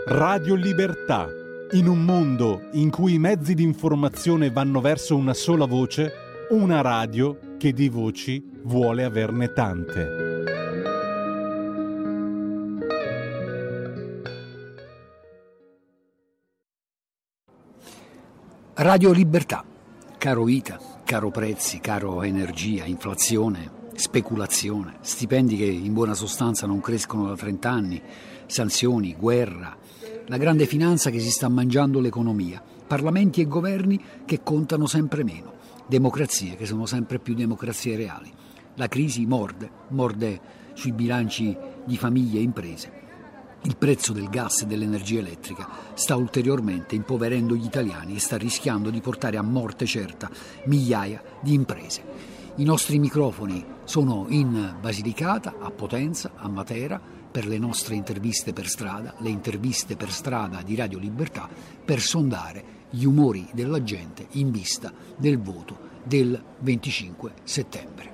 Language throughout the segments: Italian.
Radio Libertà. In un mondo in cui i mezzi di informazione vanno verso una sola voce, una radio che di voci vuole averne tante. Radio Libertà. Caro vita, caro prezzi, caro energia, inflazione, speculazione, stipendi che in buona sostanza non crescono da 30 anni, sanzioni, guerra, la grande finanza che si sta mangiando l'economia, parlamenti e governi che contano sempre meno, democrazie che sono sempre più democrazie reali. La crisi morde sui bilanci di famiglie e imprese. Il prezzo del gas e dell'energia elettrica sta ulteriormente impoverendo gli italiani e sta rischiando di portare a morte certa migliaia di imprese. I nostri microfoni sono in Basilicata, a Potenza, a Matera, per le nostre interviste per strada, le interviste per strada di Radio Libertà, per sondare gli umori della gente in vista del voto del 25 settembre.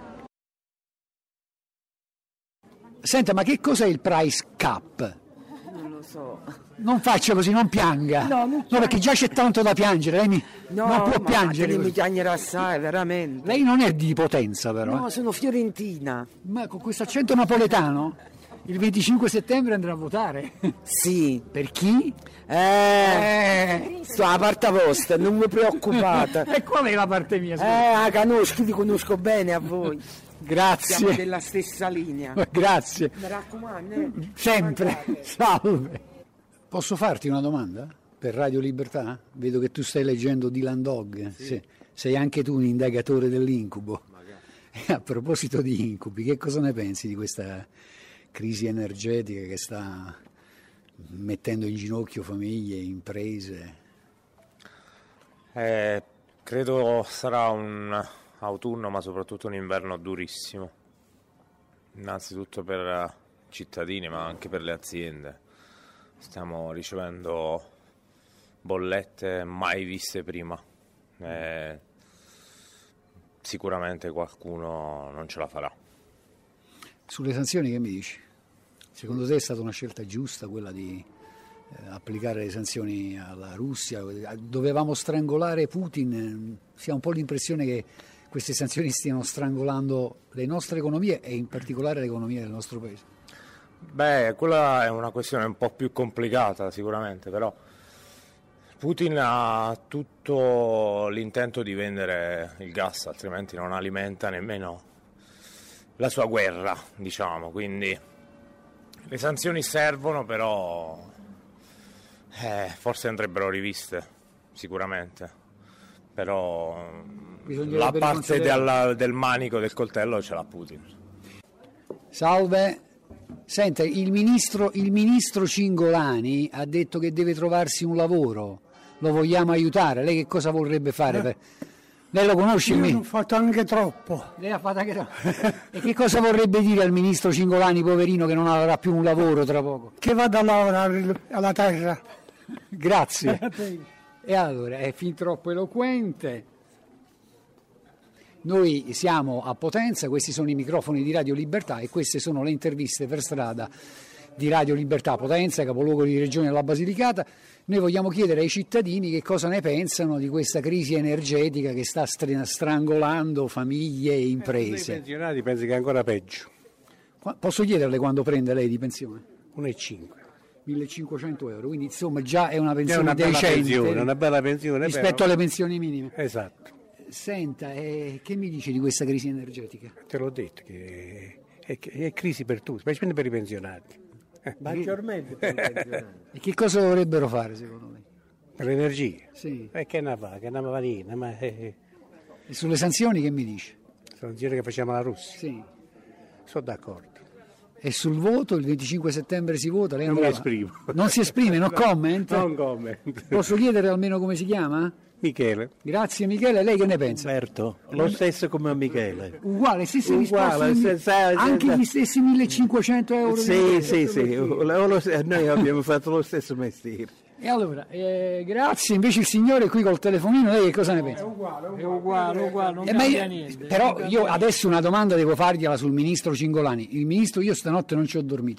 Senta, ma che cos'è il price cap? Non lo so. Non faccia così, non pianga. No, perché già c'è tanto da piangere, lei non può piangere. Mi piangerà assai, veramente. Lei non è di Potenza, però. No, sono fiorentina. Ma con questo accento napoletano? Il 25 settembre andrà a votare? Sì. Per chi? Sto alla parte vostra, non vi preoccupate. E qual è la parte mia? La conosco, ti conosco bene a voi. Grazie. Siamo della stessa linea. Grazie. Mi raccomando. Sempre. Salve. Posso farti una domanda? Per Radio Libertà? Vedo che tu stai leggendo Dylan Dog. Sì. Sei anche tu un indagatore dell'incubo. A proposito di incubi, che cosa ne pensi di questa crisi energetica che sta mettendo in ginocchio famiglie, imprese? Credo sarà un autunno, ma soprattutto un inverno durissimo, innanzitutto per i cittadini ma anche per le aziende. Stiamo ricevendo bollette mai viste prima, sicuramente qualcuno non ce la farà. Sulle sanzioni che mi dici? Secondo te è stata una scelta giusta quella di applicare le sanzioni alla Russia? Dovevamo strangolare Putin? Si ha un po' l'impressione che queste sanzioni stiano strangolando le nostre economie e in particolare l'economia del nostro paese. Beh, quella è una questione un po' più complicata sicuramente, però Putin ha tutto l'intento di vendere il gas, altrimenti non alimenta nemmeno la sua guerra, diciamo, quindi le sanzioni servono, però forse andrebbero riviste sicuramente, però la parte del manico del coltello ce l'ha Putin. Salve, senta, il ministro Cingolani ha detto che deve trovarsi un lavoro, lo vogliamo aiutare, lei che cosa vorrebbe fare? Lei lo conosce? Io ho fatto anche troppo. Lei ha fatto anche troppo. E che cosa vorrebbe dire al ministro Cingolani, poverino, che non avrà più un lavoro tra poco? Che vada a lavorare alla terra. Grazie. E allora, è fin troppo eloquente. Noi siamo a Potenza, questi sono i microfoni di Radio Libertà e queste sono le interviste per strada di Radio Libertà Potenza, capoluogo di regione della Basilicata. Noi vogliamo chiedere ai cittadini che cosa ne pensano di questa crisi energetica che sta strangolando famiglie e imprese. I pensionati penso che è ancora peggio. Posso chiederle quando prende lei di pensione? 1,5. 1.500 euro, quindi insomma già è una pensione una bella decente, pensione, una bella pensione rispetto però... alle pensioni minime. Esatto. Senta, che mi dice di questa crisi energetica? Te l'ho detto che è crisi per tutti, specialmente per i pensionati. Maggiormente per i pensionati. E che cosa dovrebbero fare secondo lei? Per l'energia? Sì. Che ne fa? Che ne va niente, ma E sulle sanzioni che mi dice? sanzioni che facciamo alla Russia? Sì. Sono d'accordo. E sul voto, il 25 settembre si vota? Lei Non andrà... mi esprimo. Non si esprime, no comment? Non comment. Posso chiedere almeno come si chiama? Michele. Grazie Michele, lei che ne pensa? Umberto, lo stesso come a Michele. Uguale, stesse Uguale, risposte, anche gli stessi 1.500 euro? Sì, noi abbiamo fatto lo stesso mestiere. E allora, grazie, invece il signore qui col telefonino, lei che cosa ne pensa? È uguale, non cambia niente. Però io adesso una domanda devo fargliela sul ministro Cingolani. Il ministro, io stanotte non ci ho dormito.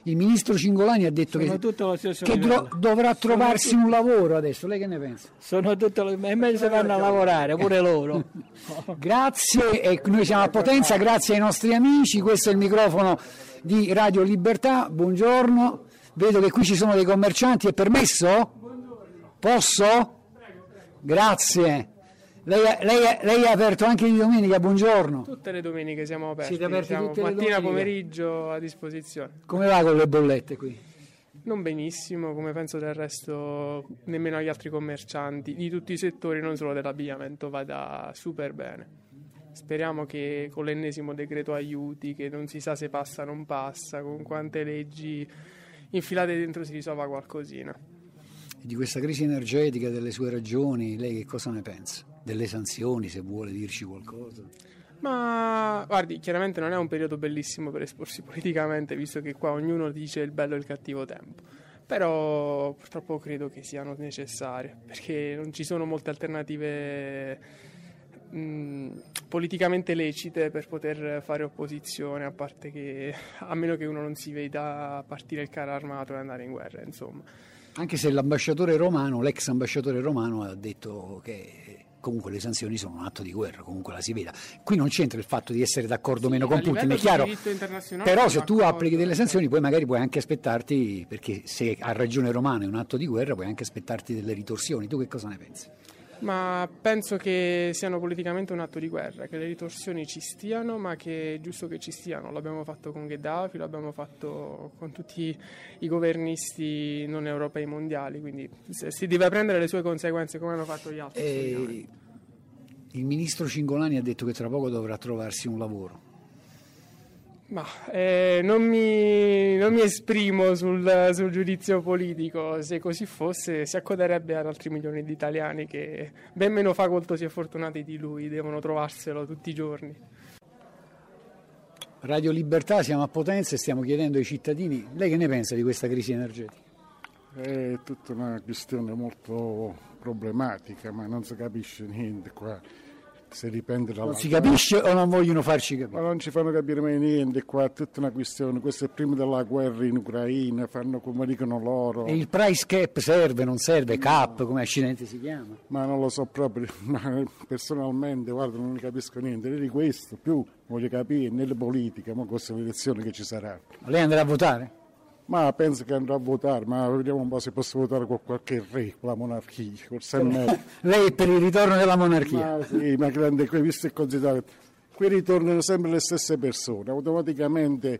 Il ministro Cingolani ha detto Sono tutto allo stesso che livello. dovrà trovarsi un lavoro adesso. Lei che ne pensa? Sono tutto, è meglio se vanno a lavorare, pure loro. Grazie, e noi siamo a Potenza, grazie ai nostri amici. Questo è il microfono di Radio Libertà. Buongiorno. Vedo che qui ci sono dei commercianti, è permesso? Posso? Grazie. Lei è aperto anche di domenica, buongiorno. Tutte le domeniche siamo aperti, Siete aperti siamo tutte le mattina, domeniche? pomeriggio a disposizione. Come va con le bollette qui? Non benissimo, come penso del resto nemmeno agli altri commercianti, di tutti i settori, non solo dell'abbigliamento, vada super bene. Speriamo che con l'ennesimo decreto aiuti, che non si sa se passa o non passa, con quante leggi infilate dentro si risolva qualcosina. Di questa crisi energetica, delle sue ragioni, lei che cosa ne pensa? Delle sanzioni, se vuole dirci qualcosa. Ma guardi, chiaramente non è un periodo bellissimo per esporsi politicamente, visto che qua ognuno dice il bello e il cattivo tempo. Però purtroppo credo che siano necessarie, perché non ci sono molte alternative politicamente lecite per poter fare opposizione, a parte che, a meno che uno non si veda partire il carro armato e andare in guerra, insomma. Anche se l'ambasciatore romano, l'ex ambasciatore romano ha detto che comunque le sanzioni sono un atto di guerra, comunque la si veda. Qui non c'entra il fatto di essere d'accordo o meno con Putin, è chiaro, però se tu applichi delle sanzioni poi magari puoi anche aspettarti, perché se ha ragione Romano è un atto di guerra, puoi anche aspettarti delle ritorsioni. Tu che cosa ne pensi? Ma penso che siano politicamente un atto di guerra, che le ritorsioni ci stiano, ma che è giusto che ci stiano. L'abbiamo fatto con Gheddafi, l'abbiamo fatto con tutti i governisti non europei mondiali, quindi si deve prendere le sue conseguenze come hanno fatto gli altri. Il ministro Cingolani ha detto che tra poco dovrà trovarsi un lavoro. Ma non mi esprimo sul giudizio politico. Se così fosse si accoderebbe ad altri milioni di italiani che ben meno facoltosi e fortunati di lui devono trovarselo tutti i giorni. Radio Libertà, siamo a Potenza e stiamo chiedendo ai cittadini, lei che ne pensa di questa crisi energetica? È tutta una questione molto problematica, ma non si capisce niente qua. Se dipende dalla... Non si capisce o non vogliono farci capire? Ma non ci fanno capire mai niente qua, è tutta una questione. Questo è prima della guerra in Ucraina, fanno come dicono loro. E il price cap serve, non serve? Cap, come accidente si chiama? Ma non lo so proprio, ma personalmente, guarda, non ne capisco niente. Né di questo, più voglio capire, nelle politiche, ma questa è l'elezione che ci sarà. Lei andrà a votare? Ma penso che andrò a votare, ma vediamo un po' se posso votare con qualche re, con la monarchia, Lei è per il ritorno della monarchia? Ma sì, ma grande, visto e considerato, qui ritornano sempre le stesse persone, automaticamente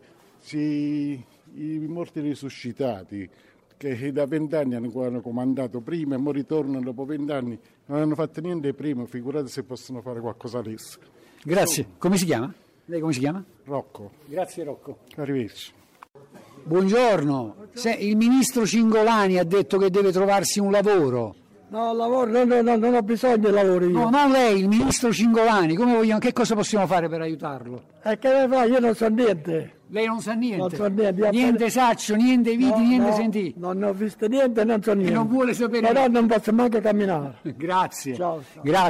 i morti risuscitati, che da 20 anni hanno comandato prima e ora ritornano dopo 20 anni, non hanno fatto niente prima, figurate se possono fare qualcosa adesso. Grazie, come si chiama? Lei come si chiama? Rocco. Grazie Rocco. Arrivederci. Buongiorno, il ministro Cingolani ha detto che deve trovarsi un lavoro. No, lavoro, no, non ho bisogno di lavoro io. No, non lei, il ministro Cingolani, come vogliamo, che cosa possiamo fare per aiutarlo? E che ne fa? Io non so niente. Lei non sa niente? Non so niente. Niente saccio, niente vidi, niente sentì? Non ho visto niente, non so niente. E non vuole sapere Però niente. non posso manco camminare. Grazie. Ciao.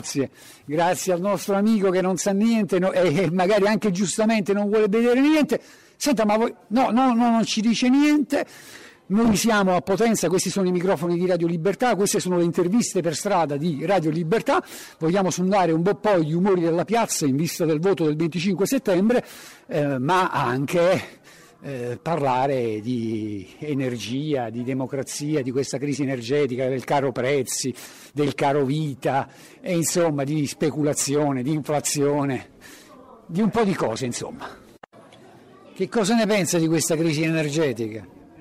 Grazie al nostro amico che non sa niente e magari anche giustamente non vuole vedere niente. Senta, ma voi... No, non ci dice niente. Noi siamo a Potenza, questi sono i microfoni di Radio Libertà, queste sono le interviste per strada di Radio Libertà. Vogliamo sondare un po' gli umori della piazza in vista del voto del 25 settembre, ma anche parlare di energia, di democrazia, di questa crisi energetica, del caro prezzi, del caro vita e insomma di speculazione, di inflazione, di un po' di cose insomma. Che cosa ne pensa di questa crisi energetica?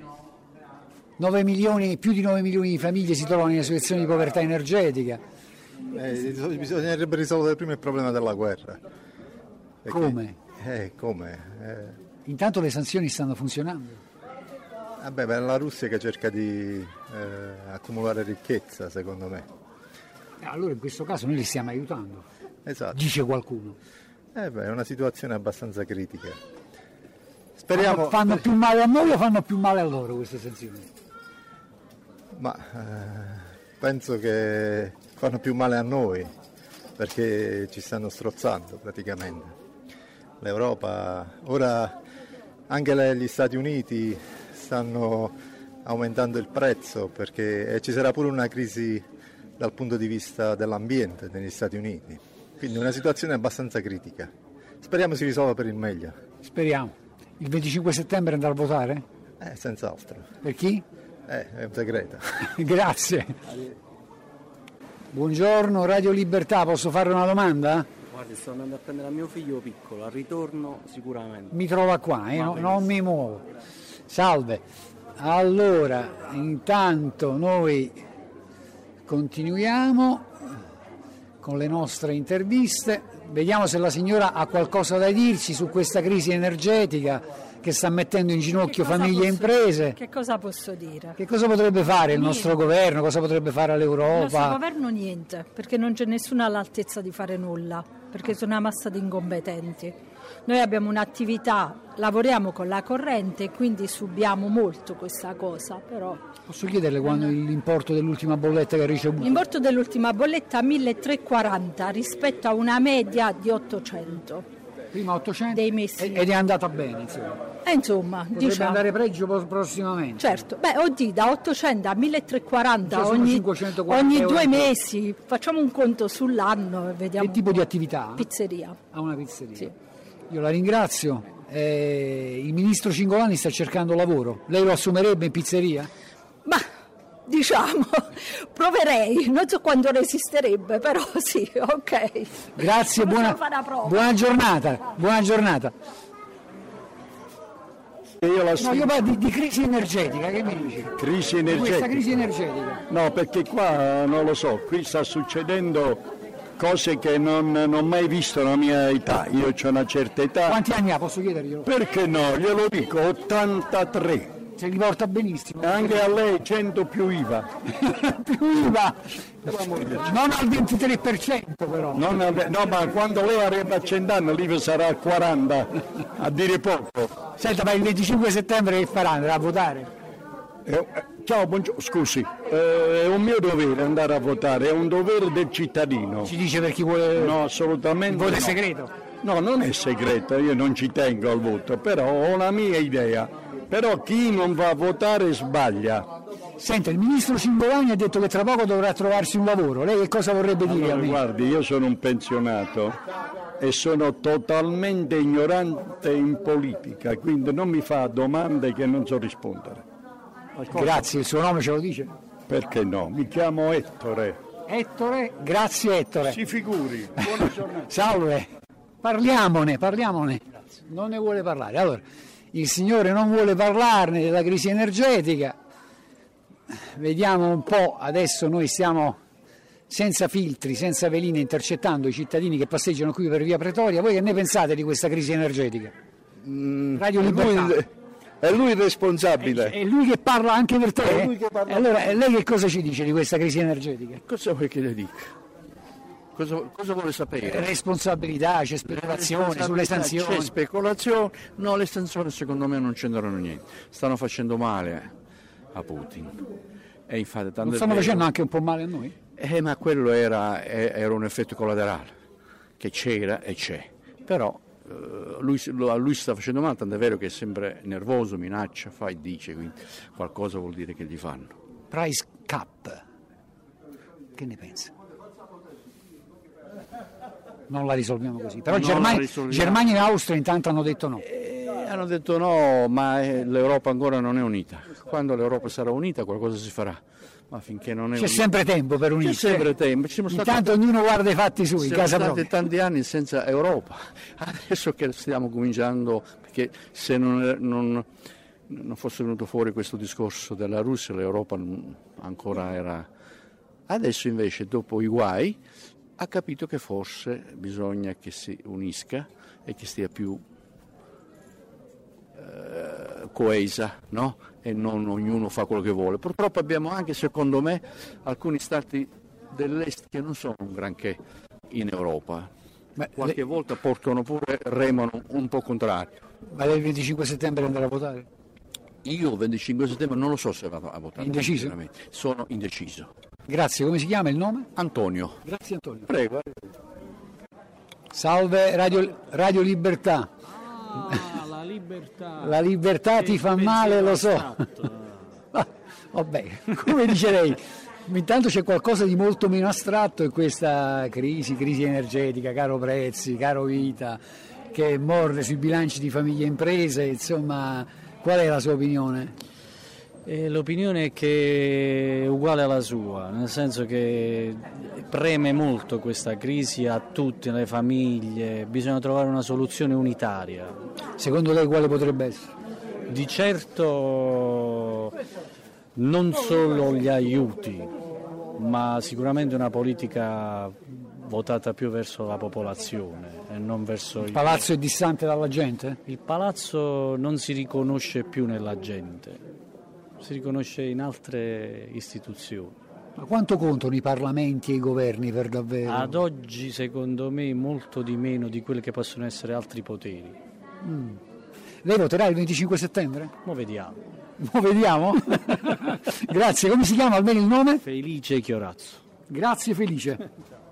9 milioni, più di 9 milioni di famiglie si trovano in una situazione di povertà energetica. Bisognerebbe risolvere prima il problema della guerra. Come? Come? Intanto le sanzioni stanno funzionando. Vabbè, è la Russia che cerca di accumulare ricchezza, secondo me. Allora in questo caso noi li stiamo aiutando. Esatto. Dice qualcuno. È una situazione abbastanza critica. Speriamo... Fanno più male a noi o fanno più male a loro queste sanzioni? Ma penso che fanno più male a noi, perché ci stanno strozzando praticamente. L'Europa, ora anche gli Stati Uniti stanno aumentando il prezzo perché ci sarà pure una crisi dal punto di vista dell'ambiente negli Stati Uniti. Quindi una situazione abbastanza critica. Speriamo si risolva per il meglio. Speriamo. Il 25 settembre andrà a votare? Senz'altro. Per chi? È un segreto. Grazie. Buongiorno, Radio Libertà, posso fare una domanda? Guardi, sto andando a prendere mio figlio piccolo, al ritorno sicuramente. Mi trova qua, non mi muovo. Salve. Allora, intanto noi continuiamo con le nostre interviste. Vediamo se la signora ha qualcosa da dirci su questa crisi energetica che sta mettendo in ginocchio famiglie e imprese. Che cosa posso dire? Che cosa potrebbe fare il nostro governo? Cosa potrebbe fare l'Europa? Il nostro governo niente, perché non c'è nessuno all'altezza di fare nulla, perché sono una massa di incompetenti. Noi abbiamo un'attività, lavoriamo con la corrente e quindi subiamo molto questa cosa, però... Posso chiederle quando l'importo dell'ultima bolletta che ha ricevuto? L'importo dell'ultima bolletta 1.340 rispetto a una media di 800. Prima 800 dei mesi. Ed è andata bene, insomma. Potrebbe diciamo andare peggio prossimamente. Certo, oggi da 800 a 1.340 ogni 2 euro. mesi, facciamo un conto sull'anno e vediamo. Che tipo di attività? Pizzeria. Una pizzeria. Sì. Io la ringrazio. Il ministro Cingolani sta cercando lavoro. Lei lo assumerebbe in pizzeria? Ma diciamo, proverei, non so quanto resisterebbe, però sì, ok. Grazie, buona giornata. Buona giornata. Io parlo di crisi energetica, che mi dici? Crisi energetica? Questa crisi energetica. No, perché qua non lo so, qui sta succedendo cose che non ho mai visto nella mia età. Io ho una certa età. Quanti anni ha, posso chiederglielo? Perché no? Glielo dico, 83. Se li porta benissimo. Anche a lei 100 più IVA. Più IVA? Non al 23% però. No, ma quando lei arriva a 100 anni l'IVA sarà al 40, a dire poco. Senta, ma il 25 settembre che farà? Andrà a votare? Ciao, buongiorno, scusi, è un mio dovere andare a votare, è un dovere del cittadino. Ci dice per chi vuole? No, assolutamente. Il voto no. è segreto? No, non è segreto, io non ci tengo al voto, però ho la mia idea. Però chi non va a votare sbaglia. Senta, il ministro Cingolani ha detto che tra poco dovrà trovarsi un lavoro. Lei che cosa vorrebbe dire a me? Guardi, io sono un pensionato e sono totalmente ignorante in politica, quindi non mi fa domande che non so rispondere. Grazie, il suo nome ce lo dice? Perché no? Mi chiamo Ettore. Ettore? Grazie Ettore. Si figuri. Buona giornata. Salve. Parliamone. Non ne vuole parlare. Allora, il signore non vuole parlarne della crisi energetica. Vediamo un po', adesso noi stiamo senza filtri, senza veline, intercettando i cittadini che passeggiano qui per via Pretoria. Voi che ne pensate di questa crisi energetica? Radio Libertà. È lui il responsabile. È lui che parla anche per te? Allora, lei che cosa ci dice di questa crisi energetica? Cosa vuoi che le dica? Cosa vuole sapere? Responsabilità, c'è speculazione sulle sanzioni. C'è speculazione, no, le sanzioni secondo me non c'entrano niente, stanno facendo male a Putin. E infatti, non stanno facendo anche un po' male a noi? Ma quello era un effetto collaterale, che c'era e c'è, però lui sta facendo male, tanto è vero che è sempre nervoso, minaccia, fa e dice, quindi qualcosa vuol dire che gli fanno. Price cap, che ne pensa? Non la risolviamo così, però Germania e Austria intanto hanno detto no. Hanno detto no, ma l'Europa ancora non è unita. Quando l'Europa sarà unita qualcosa si farà, ma finché non è unita... C'è sempre tempo per unirsi. C'è sempre tempo. Intanto ognuno guarda i fatti suoi, casa propria. Siamo stati tanti anni senza Europa, adesso che stiamo cominciando, perché se non fosse venuto fuori questo discorso della Russia, l'Europa ancora era... Adesso invece, dopo i guai, ha capito che forse bisogna che si unisca e che stia più coesa, no? E non ognuno fa quello che vuole. Purtroppo abbiamo anche, secondo me, alcuni stati dell'est che non sono un granché in Europa. Qualche volta portano pure, remano un po' contrario. Ma lei il 25 settembre andrà a votare? Io il 25 settembre non lo so se vado a votare. Indeciso? Sono indeciso. Grazie, come si chiama il nome? Antonio. Grazie Antonio. Prego. Salve Radio Libertà. la libertà. La libertà ti fa male, lo so. Vabbè, come dice lei, intanto c'è qualcosa di molto meno astratto in questa crisi energetica, caro prezzi, caro vita, che morde sui bilanci di famiglie e imprese, insomma, qual è la sua opinione? L'opinione è che è uguale alla sua, nel senso che preme molto questa crisi a tutte le famiglie, bisogna trovare una soluzione unitaria. Secondo lei quale potrebbe essere? Di certo non solo gli aiuti, ma sicuramente una politica votata più verso la popolazione e non verso il palazzo è distante dalla gente? Il palazzo non si riconosce più nella gente, si riconosce in altre istituzioni. Ma quanto contano i parlamenti e i governi per davvero? Ad oggi secondo me molto di meno di quelli che possono essere altri poteri. Lei voterà il 25 settembre? Mo vediamo. Mo vediamo? Grazie, come si chiama almeno il nome? Felice Chiorazzo. Grazie Felice.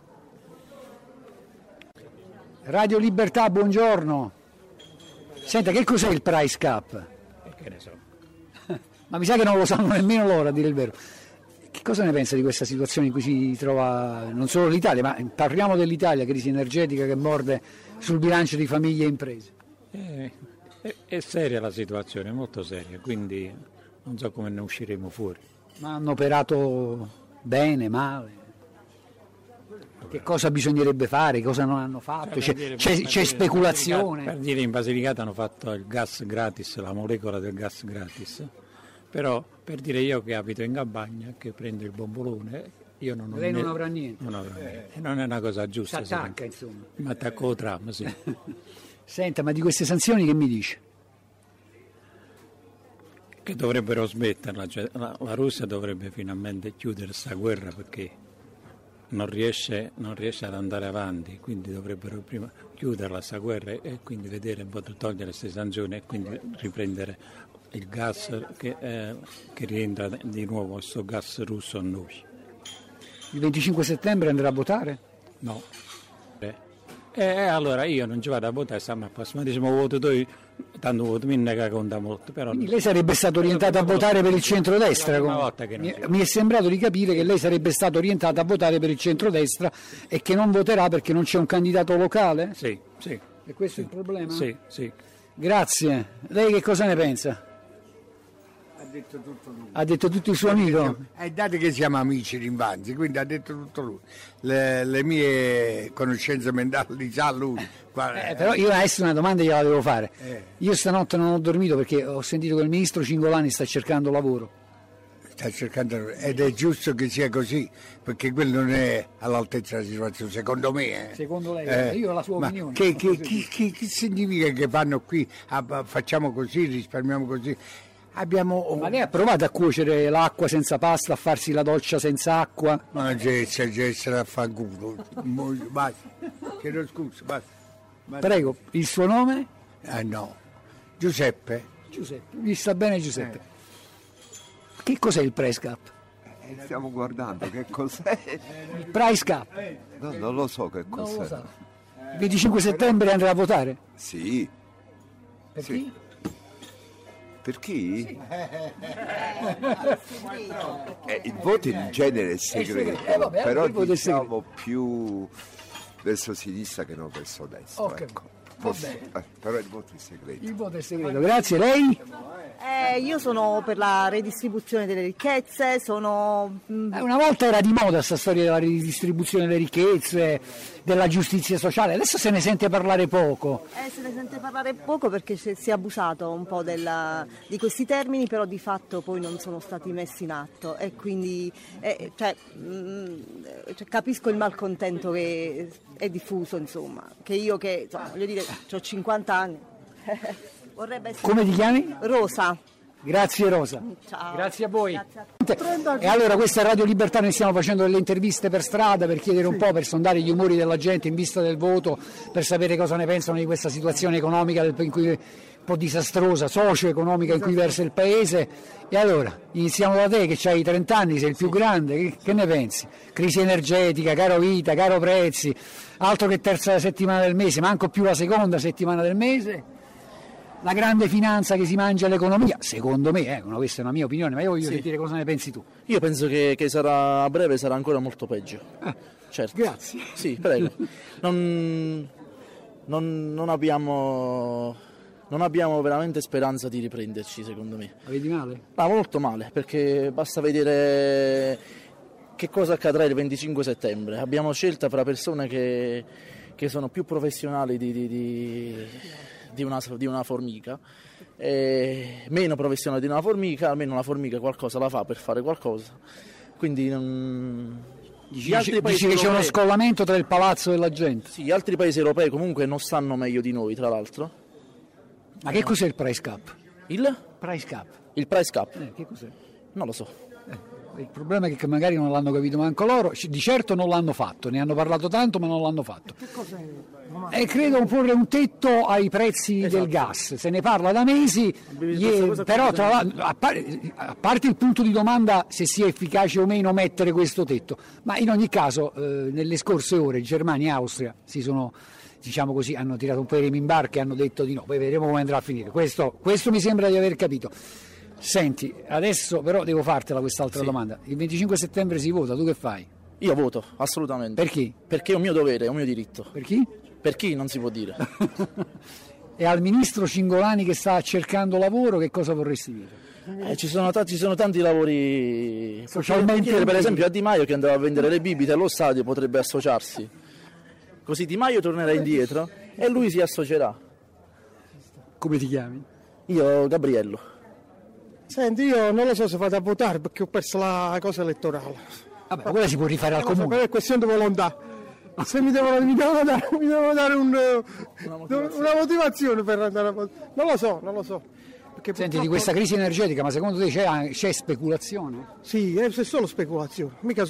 Radio Libertà, buongiorno. Senta, che cos'è il Price Cap? Che ne so. Ma mi sa che non lo sanno nemmeno loro, a dire il vero. Che cosa ne pensa di questa situazione in cui si trova non solo l'Italia, ma parliamo dell'Italia, crisi energetica che morde sul bilancio di famiglie e imprese? È seria la situazione, è molto seria, quindi non so come ne usciremo fuori. Ma hanno operato bene, male? Che cosa bisognerebbe fare, cosa non hanno fatto? C'è speculazione? Per dire, in Basilicata hanno fatto il gas gratis, la molecola del gas gratis, però per dire io che abito in campagna, che prendo il bombolone, io non ho Lei non avrà niente? Non avrà niente. E non è una cosa giusta. Si attacca, insomma. Mi attacco al tram, sì. Senta, ma di queste sanzioni che mi dice? Che dovrebbero smetterla, cioè la Russia dovrebbe finalmente chiudere questa guerra perché non riesce ad andare avanti, quindi dovrebbero prima chiuderla questa guerra e quindi vedere un po' di togliere queste sanzioni e quindi riprendere il gas che rientra di nuovo, questo gas russo a noi. Il 25 settembre andrà a votare? No. Allora io non ci vado a votare, stiamo al prossimo voto, tanto voto minne che conta molto. Però quindi lei sarebbe stato orientato a votare per il centrodestra? Mi è sembrato di capire che lei sarebbe stato orientato a votare per il centrodestra e che non voterà perché non c'è un candidato locale? Sì. E questo è il problema? Sì. Grazie. Lei che cosa ne pensa? Ha detto tutto il suo amico? Dato che siamo amici d'infanzia, quindi ha detto tutto lui. Le mie conoscenze mentali di già lui. Però io adesso una domanda gliela devo fare. Io stanotte non ho dormito perché ho sentito che il ministro Cingolani sta cercando lavoro. Ed è giusto che sia così, perché quello non è all'altezza della situazione, secondo me. Secondo lei? Io ho la sua opinione. Che significa che vanno qui, facciamo così, risparmiamo così? Ma lei ha provato a cuocere l'acqua senza pasta, a farsi la doccia senza acqua? Ma c'è essere a fanculo. Basta. Chiedo scusa, basta. Prego, il suo nome? No. Giuseppe. Mi sta bene Giuseppe. Che cos'è il Price Cap? Stiamo guardando che cos'è. Il Price Cap? No, non lo so che cos'è. Non lo so. Il 25 settembre andrà a votare? Sì. Per chi? Per chi? Il voto in genere è segreto, però diciamo più verso sinistra che non verso destra. Ecco. Però il voto è segreto. Il voto è segreto. Grazie, lei? Io sono per la redistribuzione delle ricchezze, Una volta era di moda questa storia della redistribuzione delle ricchezze, della giustizia sociale, adesso se ne sente parlare poco. Se ne sente parlare poco perché si è abusato un po' di questi termini, però di fatto poi non sono stati messi in atto e quindi capisco il malcontento che è diffuso, insomma, che io voglio dire, ho 50 anni. Vorrebbe essere... Come ti chiami? Rosa. Grazie Rosa. Ciao. Grazie a voi. E allora questa è Radio Libertà, noi stiamo facendo delle interviste per strada per chiedere un po', per sondare gli umori della gente in vista del voto, per sapere cosa ne pensano di questa situazione economica un po' disastrosa, socio-economica in cui versa il paese. E allora, iniziamo da te che hai 30 anni, sei il più grande, che ne pensi? Crisi energetica, caro vita, caro prezzi, altro che terza settimana del mese, manco più la seconda settimana del mese. la grande finanza che si mangia l'economia, secondo me, questa è una mia opinione, ma io voglio sentire cosa ne pensi tu. Io penso che sarà, a breve sarà ancora molto peggio. Certo. Grazie. Sì, prego. Non abbiamo veramente speranza di riprenderci, secondo me. La vedi male? No, molto male, perché basta vedere che cosa accadrà il 25 settembre. Abbiamo scelta fra persone che sono più professionali di una formica, e meno professionali di una formica. Almeno la formica qualcosa la fa per fare qualcosa. Quindi dici che c'è uno scollamento tra il palazzo e la gente. Sì, gli altri paesi europei comunque non stanno meglio di noi, tra l'altro. Ma che cos'è il price cap? Il price cap? Il price cap? Che cos'è? Non lo so. Il problema è che magari non l'hanno capito manco loro, di certo non l'hanno fatto, ne hanno parlato tanto ma non l'hanno fatto. Che cos'è? E credo porre un tetto ai prezzi del gas, se ne parla da mesi, però a parte il punto di domanda se sia efficace o meno mettere questo tetto, ma in ogni caso nelle scorse ore Germania e Austria si sono, diciamo così, hanno tirato un po' i remi in barca e hanno detto di no, poi vedremo come andrà a finire, questo mi sembra di aver capito. Senti, adesso però devo fartela quest'altra domanda. Il 25 settembre si vota, tu che fai? Io voto, assolutamente. Per chi? Perché è un mio dovere, è un mio diritto. Per chi? Per chi non si può dire. E al ministro Cingolani che sta cercando lavoro, che cosa vorresti dire? Ci sono tanti lavori socialmente. Per esempio a Di Maio che andava a vendere le bibite allo stadio potrebbe associarsi. Così Di Maio tornerà indietro e lui si associerà. Come ti chiami? Io, Gabriello. Senti, io non lo so se vado a votare perché ho perso la cosa elettorale. Vabbè, quella si può rifare al comune. È questione di volontà. Se mi devono dare una motivazione per andare a votare. Non lo so. Perché senti, di questa crisi energetica, ma secondo te c'è speculazione? Sì, è solo speculazione, è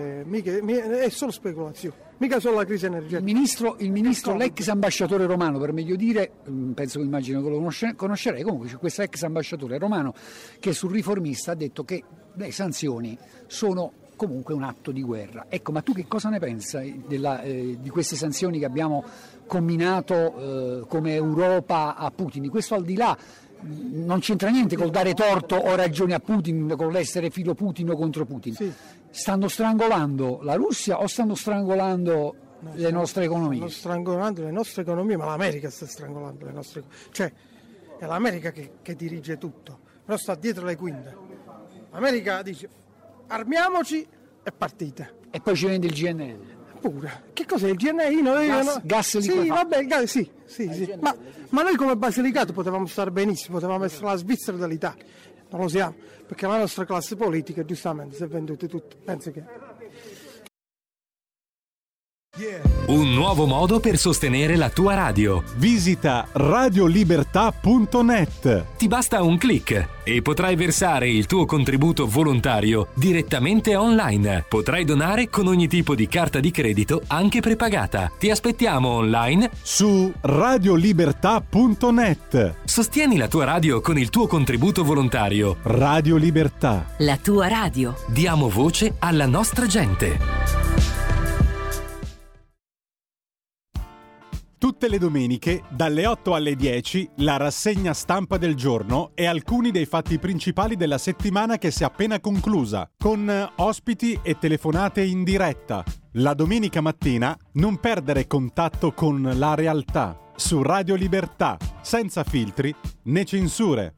solo speculazione. Mica solo la crisi energetica. Il ministro, l'ex ambasciatore romano, per meglio dire, immagino che lo conoscerei, comunque c'è questo ex ambasciatore romano che sul Riformista ha detto che le sanzioni sono comunque un atto di guerra. Ecco, ma tu che cosa ne pensi di queste sanzioni che abbiamo comminato come Europa a Putin? Di questo al di là non c'entra niente col dare torto o ragione a Putin, con l'essere filo Putin o contro Putin. Sì. Stanno strangolando la Russia o stanno strangolando le nostre economie? Stanno strangolando le nostre economie, ma l'America sta strangolando le nostre economie. Cioè, è l'America che dirige tutto, però sta dietro le quinte. L'America dice armiamoci e partite. E poi ci vende il GNL. Pure. Che cos'è il GNI? Gas sì, vabbè, il gas, sì. Ma noi come Basilicata potevamo stare benissimo, potevamo essere la Svizzera dell'Italia. Non lo siamo, perché la nostra classe politica giustamente si è venduta tutto. Penso che... Un nuovo modo per sostenere la tua radio. Visita radiolibertà.net. Ti basta un click e potrai versare il tuo contributo volontario direttamente online. Potrai donare con ogni tipo di carta di credito, anche prepagata. Ti aspettiamo online su radiolibertà.net. Sostieni la tua radio con il tuo contributo volontario. Radio Libertà. La tua radio. Diamo voce alla nostra gente. Tutte le domeniche, dalle 8 alle 10, la rassegna stampa del giorno e alcuni dei fatti principali della settimana che si è appena conclusa, con ospiti e telefonate in diretta. La domenica mattina non perdere contatto con la realtà, su Radio Libertà, senza filtri né censure.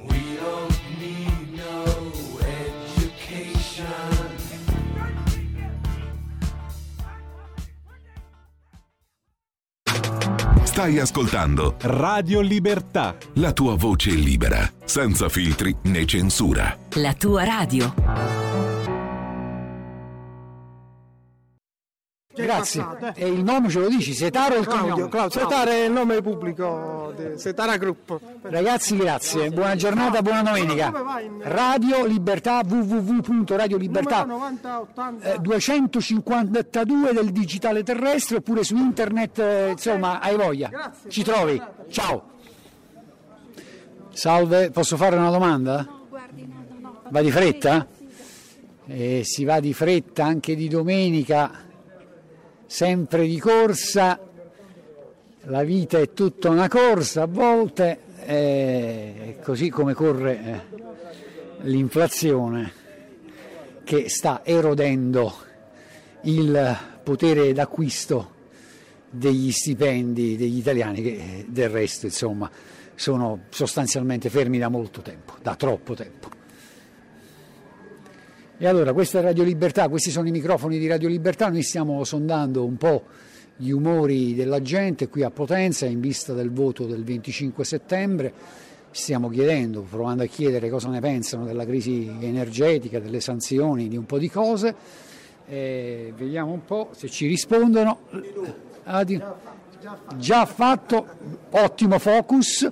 Stai ascoltando Radio Libertà. La tua voce libera, senza filtri né censura. La tua radio. Grazie. E il nome ce lo dici? Setaro il cognome? Claudio. Setaro è il nome pubblico di Setara Group. Ragazzi, grazie. Buona giornata, buona domenica. Radio Libertà, www.radiolibertà 252 del digitale terrestre, oppure su internet, insomma, hai voglia. Grazie. Ci trovi. Ciao. Salve, posso fare una domanda? Va di fretta? Si va di fretta anche di domenica. Sempre di corsa, la vita è tutta una corsa a volte, così come corre l'inflazione che sta erodendo il potere d'acquisto degli stipendi degli italiani, che del resto insomma sono sostanzialmente fermi da molto tempo, da troppo tempo. E allora questa è Radio Libertà, questi sono i microfoni di Radio Libertà, noi stiamo sondando un po' gli umori della gente qui a Potenza in vista del voto del 25 settembre, stiamo chiedendo, provando a chiedere cosa ne pensano della crisi energetica, delle sanzioni, di un po' di cose, vediamo un po' se ci rispondono. Già fatto, ottimo focus,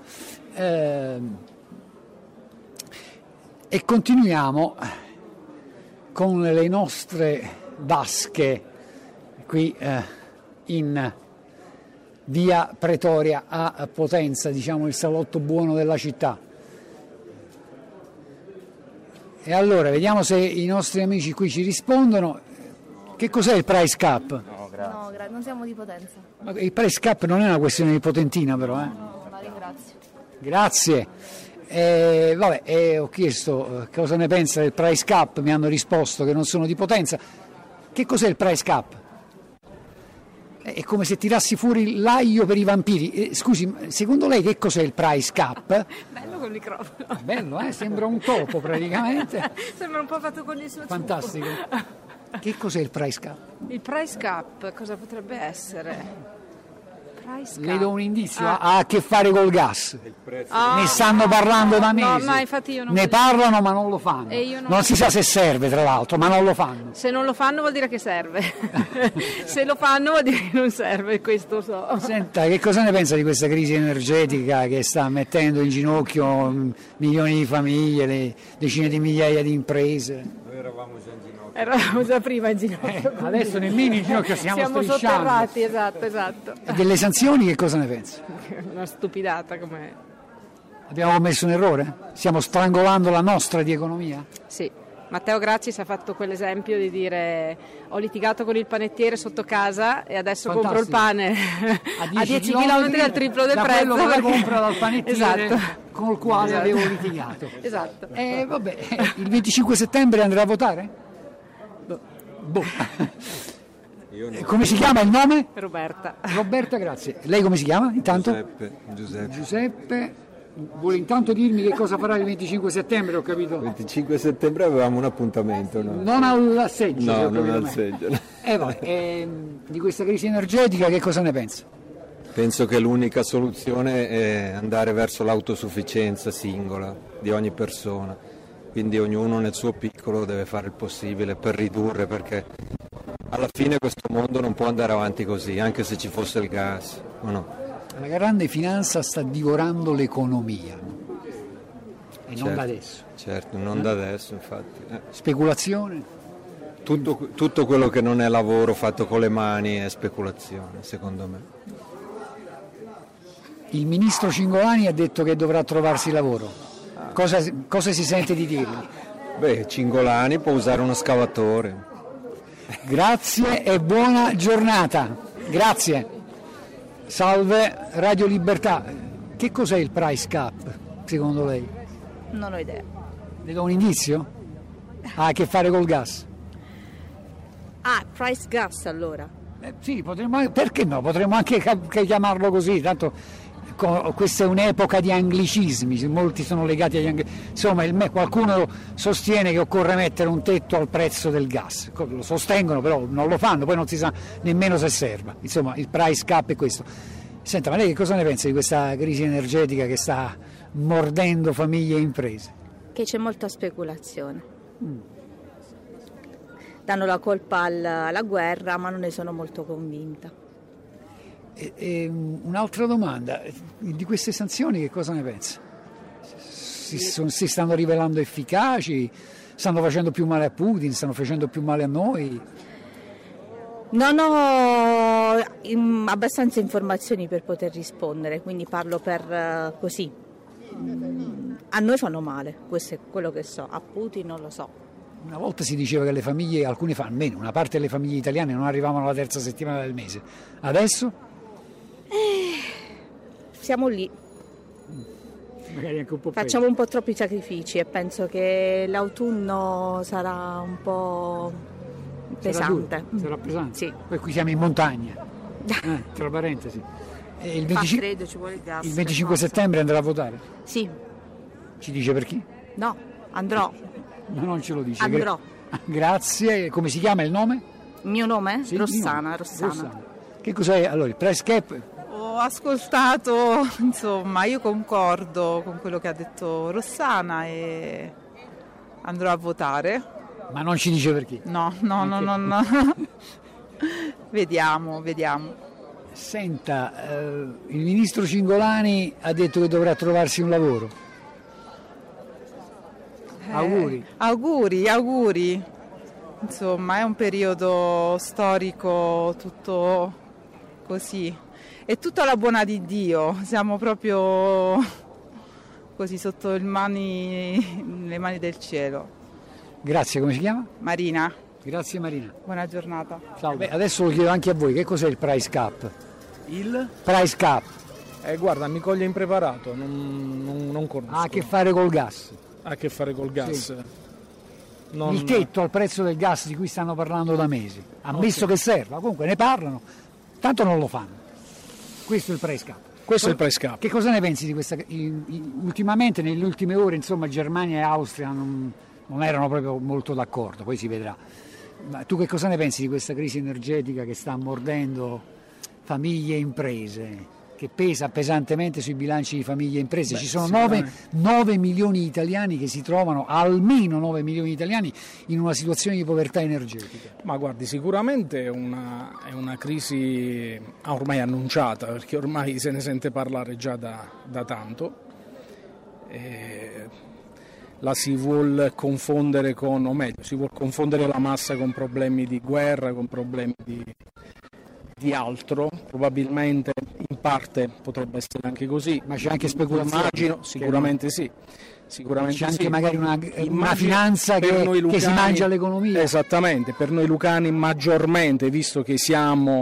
e continuiamo con le nostre vasche qui in via Pretoria a Potenza, diciamo il salotto buono della città. E allora vediamo se i nostri amici qui ci rispondono. Che cos'è il price cap? No, non siamo di Potenza. Ma il price cap non è una questione di Potentina, però. No, la ringrazio. Grazie. Ho chiesto cosa ne pensa del price cap, mi hanno risposto che non sono di Potenza. Che cos'è il price cap? È come se tirassi fuori l'aglio per i vampiri. Scusi, secondo lei che cos'è il price cap? Bello col microfono. Bello, sembra un topo praticamente. Sembra un po' fatto con il suo fantastico. Che cos'è il price cap? Il price cap cosa potrebbe essere? Price cap. Le do un indizio, ha a che fare col gas. Ne stanno parlando da mesi. No, ma infatti io non ne parlano ma non lo fanno. Non si sa se serve, tra l'altro, ma non lo fanno. Se non lo fanno vuol dire che serve. Se lo fanno vuol dire che non serve, questo so. Senta, che cosa ne pensa di questa crisi energetica che sta mettendo in ginocchio milioni di famiglie, decine di migliaia di imprese? Noi eravamo già prima in ginocchio. Adesso nemmeno in ginocchio siamo sotterrati, esatto. E delle sanzioni che cosa ne pensa? Una stupidata com'è. Abbiamo commesso un errore? Stiamo strangolando la nostra di economia? Sì. Matteo Grassi ci ha fatto quell'esempio di dire ho litigato con il panettiere sotto casa e adesso compro il pane a 10 km al triplo del prezzo. Quello che compra dal panettiere, esatto, con il quale avevo litigato. Esatto. Il 25 settembre andrà a votare? Come si chiama il nome? Roberta. Roberta, grazie. Lei come si chiama intanto? Giuseppe. Vuole intanto dirmi che cosa farà il 25 settembre, ho capito? Il 25 settembre avevamo un appuntamento. No? Non all'asseggio. No, non al seggio. Di questa crisi energetica che cosa ne pensa? Penso che l'unica soluzione è andare verso l'autosufficienza singola di ogni persona. Quindi ognuno nel suo piccolo deve fare il possibile per ridurre, perché alla fine questo mondo non può andare avanti così, anche se ci fosse il gas, o no? La grande finanza sta divorando l'economia e non da adesso. Certo, non da adesso infatti. Speculazione? Tutto quello che non è lavoro fatto con le mani è speculazione, secondo me. Il ministro Cingolani ha detto che dovrà trovarsi lavoro. Cosa si sente di dirgli? Cingolani può usare uno scavatore. Grazie e buona giornata. Grazie. Salve Radio Libertà. Che cos'è il price cap, secondo lei? Non ho idea. Le do un indizio? Ha a che fare col gas. Price gas allora. Sì, perché no? Potremmo anche chiamarlo così, tanto questa è un'epoca di anglicismi, molti sono legati agli anglicismi. Insomma, qualcuno sostiene che occorre mettere un tetto al prezzo del gas, lo sostengono però non lo fanno, poi non si sa nemmeno se serva. Insomma, il price cap è questo. Senta, ma lei che cosa ne pensa di questa crisi energetica che sta mordendo famiglie e imprese? Che c'è molta speculazione. Danno la colpa alla guerra, ma non ne sono molto convinta. Un'altra domanda, di queste sanzioni che cosa ne pensa? Si stanno rivelando efficaci? Stanno facendo più male a Putin? Stanno facendo più male a noi? Non ho abbastanza informazioni per poter rispondere, quindi parlo per così. A noi fanno male, questo è quello che so, a Putin non lo so. Una volta si diceva che le famiglie, almeno una parte delle famiglie italiane non arrivavano alla terza settimana del mese. Adesso? Siamo lì. Magari anche un po' facciamo un po' troppi sacrifici e penso che l'autunno sarà un po' pesante. Sarà pesante? Sì. Poi qui siamo in montagna, tra parentesi. E il 25, ci vuole il gas. Il 25 settembre andrà a votare? Sì. Ci dice per chi? No, andrò. No, non ce lo dice. Andrò. Grazie. Come si chiama il nome? Il mio nome? Sì, Rossana. Che cos'è? Allora, il price cap? Ho ascoltato, insomma, io concordo con quello che ha detto Rossana e andrò a votare. Ma non ci dice per chi? No. Vediamo. Senta, il ministro Cingolani ha detto che dovrà trovarsi un lavoro. Auguri. Insomma, è un periodo storico tutto così. È tutta la buona di Dio, siamo proprio così sotto le mani del cielo. Grazie, come si chiama? Marina. Grazie Marina. Buona giornata. Ciao. Beh, adesso lo chiedo anche a voi, che cos'è il price cap? Il? Price cap. Guarda, mi coglie impreparato, non conosco. Ha a che fare col gas. Ha a che fare col gas. Sì. Il tetto al prezzo del gas di cui stanno parlando da mesi, ammesso che serva, comunque ne parlano, tanto non lo fanno. Questo è il price cap. Questo è il price cap. Che cosa ne pensi di questa? Ultimamente, nelle ultime ore, insomma, Germania e Austria non erano proprio molto d'accordo, poi si vedrà. Ma tu che cosa ne pensi di questa crisi energetica che sta mordendo famiglie e imprese, che pesa pesantemente sui bilanci di famiglie e imprese? Ci sono 9 milioni di italiani che si trovano, almeno 9 milioni di italiani, in una situazione di povertà energetica. Ma guardi, sicuramente è una crisi ormai annunciata, perché ormai se ne sente parlare già da tanto. La si vuol confondere si vuol confondere la massa con problemi di guerra, con problemi di altro, probabilmente in parte potrebbe essere anche così. Ma c'è anche speculazione? Immagino, sicuramente sì. C'è anche magari una finanza che si mangia l'economia. Esattamente, per noi lucani maggiormente, visto che siamo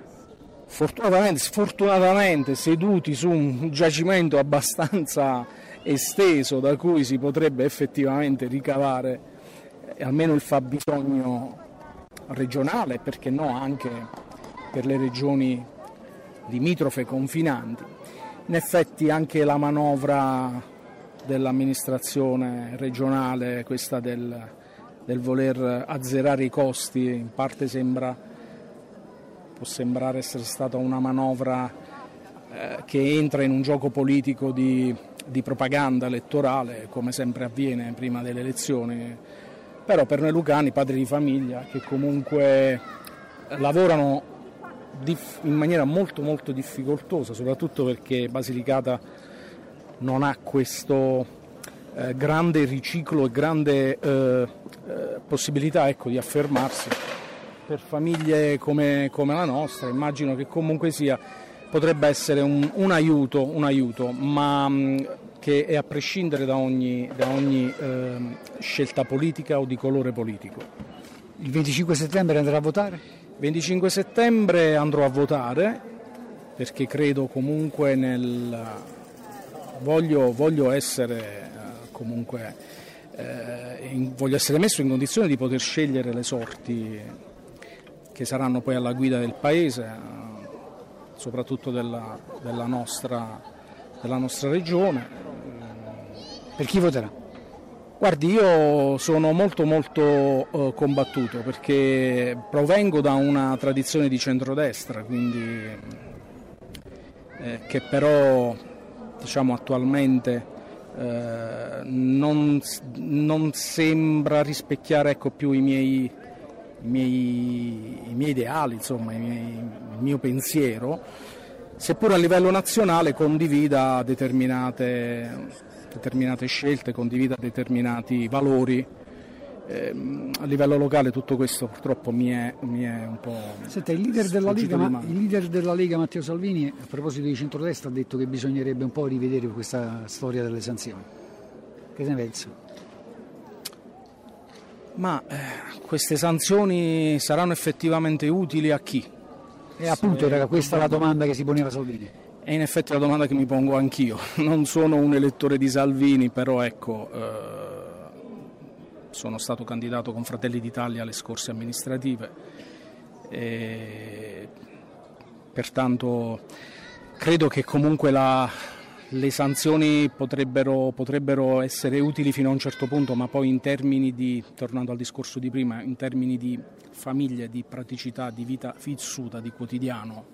sfortunatamente seduti su un giacimento abbastanza esteso da cui si potrebbe effettivamente ricavare almeno il fabbisogno regionale, perché no anche per le regioni limitrofe confinanti. In effetti anche la manovra dell'amministrazione regionale, questa del voler azzerare i costi, in parte può sembrare essere stata una manovra che entra in un gioco politico di propaganda elettorale, come sempre avviene prima delle elezioni, però per noi lucani, padri di famiglia, che comunque lavorano in maniera molto molto difficoltosa, soprattutto perché Basilicata non ha questo grande riciclo e grande possibilità di affermarsi. Per famiglie come la nostra immagino che comunque sia potrebbe essere un aiuto, ma che è a prescindere da ogni scelta politica o di colore politico. Il 25 settembre andrà a votare? 25 settembre andrò a votare perché credo comunque voglio essere voglio essere messo in condizione di poter scegliere le sorti che saranno poi alla guida del paese, soprattutto della nostra regione. Per chi voterà? Guardi, io sono molto molto combattuto perché provengo da una tradizione di centrodestra, quindi che però attualmente non sembra rispecchiare più i miei ideali, il mio pensiero, seppur a livello nazionale condivida determinate scelte, condivida determinati valori. A livello locale tutto questo purtroppo mi è un po'. Senta, il leader della Lega Matteo Salvini, a proposito di centrodestra, ha detto che bisognerebbe un po' rivedere questa storia delle sanzioni. Che ne pensa? Ma queste sanzioni saranno effettivamente utili a chi? E appunto era questa la domanda che si poneva Salvini. È in effetti la domanda che mi pongo anch'io. Non sono un elettore di Salvini, però ecco, sono stato candidato con Fratelli d'Italia alle scorse amministrative e pertanto credo che comunque le sanzioni potrebbero essere utili fino a un certo punto, ma poi in termini di, tornando al discorso di prima, in termini di famiglia, di praticità, di vita vissuta, di quotidiano,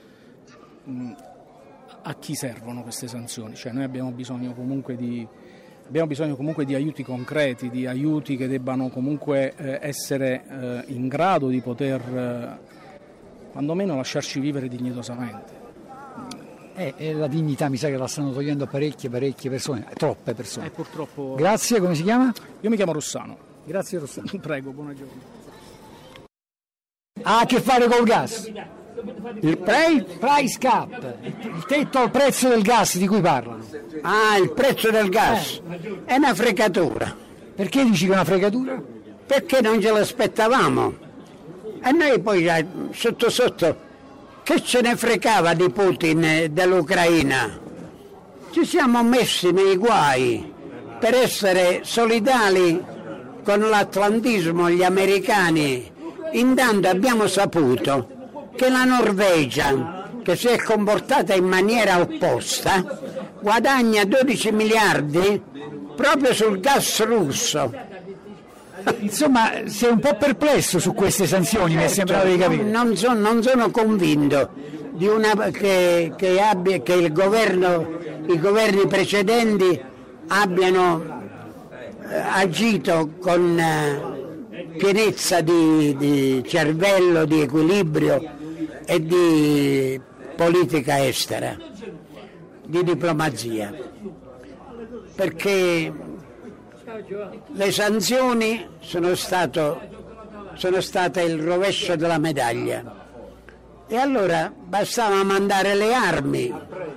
a chi servono queste sanzioni? Cioè noi abbiamo bisogno comunque di aiuti concreti, di aiuti che debbano comunque essere in grado di poter quantomeno lasciarci vivere dignitosamente. La dignità mi sa che la stanno togliendo parecchie persone, troppe persone. Purtroppo. Grazie, come si chiama? Io mi chiamo Rossano. Grazie Rossano. Prego, buona giornata. Ha a che fare col gas? Il price cap, il tetto al prezzo del gas di cui parlano. Il prezzo del gas è una fregatura. Perché dici che è una fregatura? Perché non ce l'aspettavamo. E noi poi sotto che ce ne fregava di Putin e dell'Ucraina? Ci siamo messi nei guai per essere solidali con l'atlantismo, gli americani. Intanto abbiamo saputo che la Norvegia, che si è comportata in maniera opposta, guadagna 12 miliardi proprio sul gas russo. Insomma, sei un po' perplesso su queste sanzioni, mi è sembrato di capire. Non sono convinto di che i governi precedenti abbiano agito con pienezza di cervello, di equilibrio e di politica estera, di diplomazia, perché le sanzioni sono state il rovescio della medaglia e allora bastava mandare le armi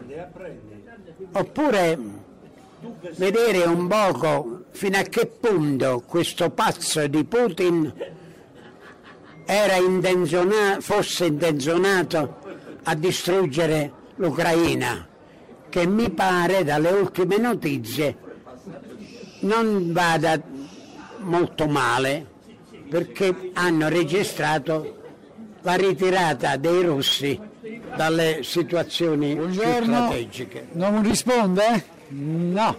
oppure vedere un poco fino a che punto questo pazzo di Putin fosse intenzionato a distruggere l'Ucraina, che mi pare dalle ultime notizie non vada molto male, perché hanno registrato la ritirata dei russi dalle situazioni più strategiche. Non risponde? No,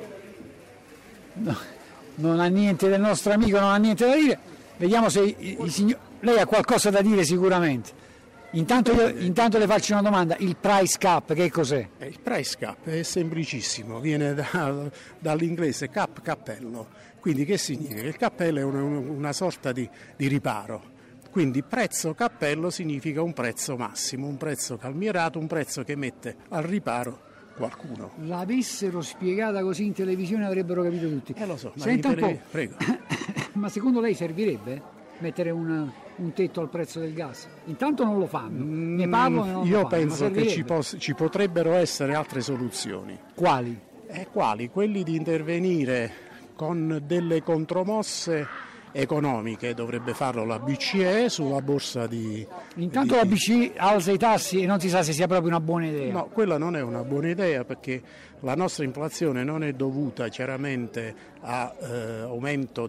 non ha niente del nostro amico, non ha niente da dire. Vediamo se lei ha qualcosa da dire sicuramente. Intanto le faccio una domanda, il price cap che cos'è? Il price cap è semplicissimo, viene dall'inglese cappello, quindi che significa? Il cappello è una sorta di riparo, quindi prezzo cappello significa un prezzo massimo, un prezzo calmierato, un prezzo che mette al riparo qualcuno. L'avessero spiegata così in televisione avrebbero capito tutti. Lo so, ma senta un po', prego. Ma secondo lei servirebbe mettere un tetto al prezzo del gas? Intanto non lo fanno, ne parlano e non io lo fanno. Penso che ci potrebbero essere altre soluzioni. Quali? Quali? Quelli di intervenire con delle contromosse economiche, dovrebbe farlo la BCE sulla borsa di... Intanto la BCE alza i tassi e non si sa se sia proprio una buona idea. No, quella non è una buona idea, perché la nostra inflazione non è dovuta chiaramente a aumento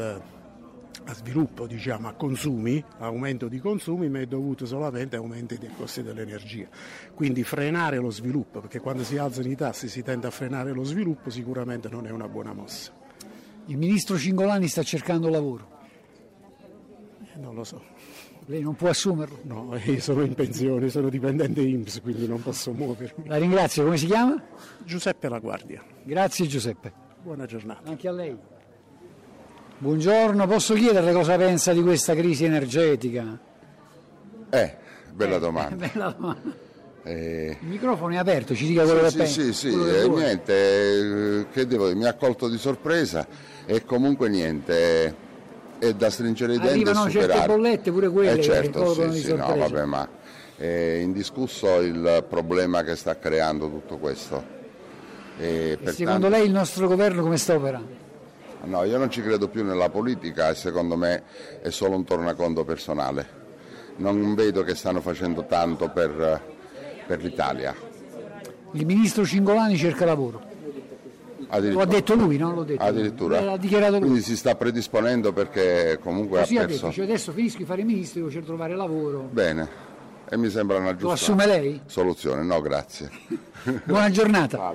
a sviluppo, diciamo, a consumi, aumento di consumi, ma è dovuto solamente a aumenti dei costi dell'energia. Quindi frenare lo sviluppo, perché quando si alzano i tassi si tende a frenare lo sviluppo, sicuramente non è una buona mossa. Il ministro Cingolani sta cercando lavoro. Non lo so. Lei non può assumerlo? No, io sono in pensione, sono dipendente INPS, quindi non posso muovermi. La ringrazio, come si chiama? Giuseppe La Guardia. Grazie Giuseppe. Buona giornata. Anche a lei. Buongiorno, posso chiederle cosa pensa di questa crisi energetica? Bella domanda. Bella domanda. Il microfono è aperto, ci dica quello che pensa. Sì, niente, che devo dire, mi ha colto di sorpresa e comunque niente, è da stringere i denti e superare. Arrivano certe bollette, pure quelle certo, che colgono di sorpresa. No, vabbè, ma è indiscusso il problema che sta creando tutto questo. E secondo lei il nostro governo come sta operando? No, io non ci credo più nella politica e secondo me è solo un tornaconto personale. Non vedo che stanno facendo tanto per l'Italia. Il ministro Cingolani cerca lavoro. Lo ha detto lui, no? L'ho detto. Addirittura. L'ha dichiarato lui. Quindi si sta predisponendo perché comunque Così ha perso. detto, cioè adesso finisco di fare il ministro, devo cercare di trovare lavoro. Bene, e mi sembra una giusta Lo assume lei? soluzione. No, grazie. Buona giornata.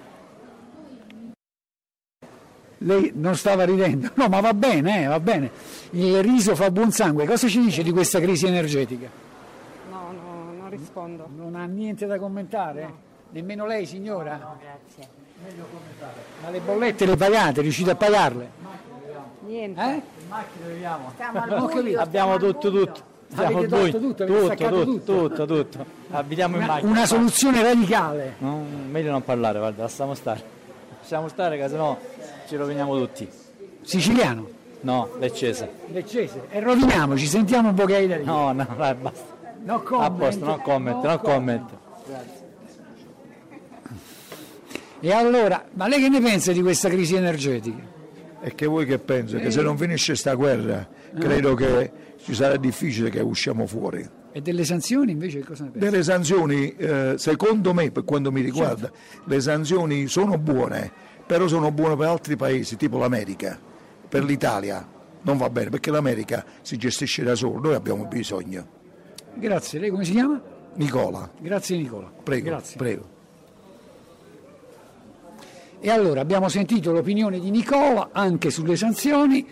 Lei non stava ridendo, no, ma va bene, va bene. Il riso fa buon sangue. Cosa ci dice di questa crisi energetica? No, non rispondo. Non ha niente da commentare? No. Nemmeno lei, signora? No, grazie. Meglio commentare. Ma le bollette le pagate? Riuscite a pagarle? Niente. In macchina viviamo. Abbiamo tutto. Siamo Avete due. tolto tutto, avete staccato Tutto. Abitiamo in macchina. Una soluzione radicale. Meglio non parlare, guarda, lasciamo stare. Lasciamo stare che sennò ci roviniamo tutti. Siciliano? No, leccese. Leccese. E roviniamoci, sentiamo un po' che hai da dire. No, dai, basta. No comment. A posto, no comment. Grazie. E allora, ma lei che ne pensa di questa crisi energetica? E che vuoi che pensi? Che se non finisce sta guerra, credo che ci sarà difficile che usciamo fuori. E delle sanzioni invece cosa ne pensi? Delle sanzioni, secondo me, per quanto mi riguarda, le sanzioni sono buone, però sono buone per altri paesi, tipo l'America. Per l'Italia non va bene, perché l'America si gestisce da solo, noi abbiamo bisogno. Grazie, lei come si chiama? Nicola. Grazie Nicola. Prego, Grazie. prego. E allora abbiamo sentito l'opinione di Nicola anche sulle sanzioni.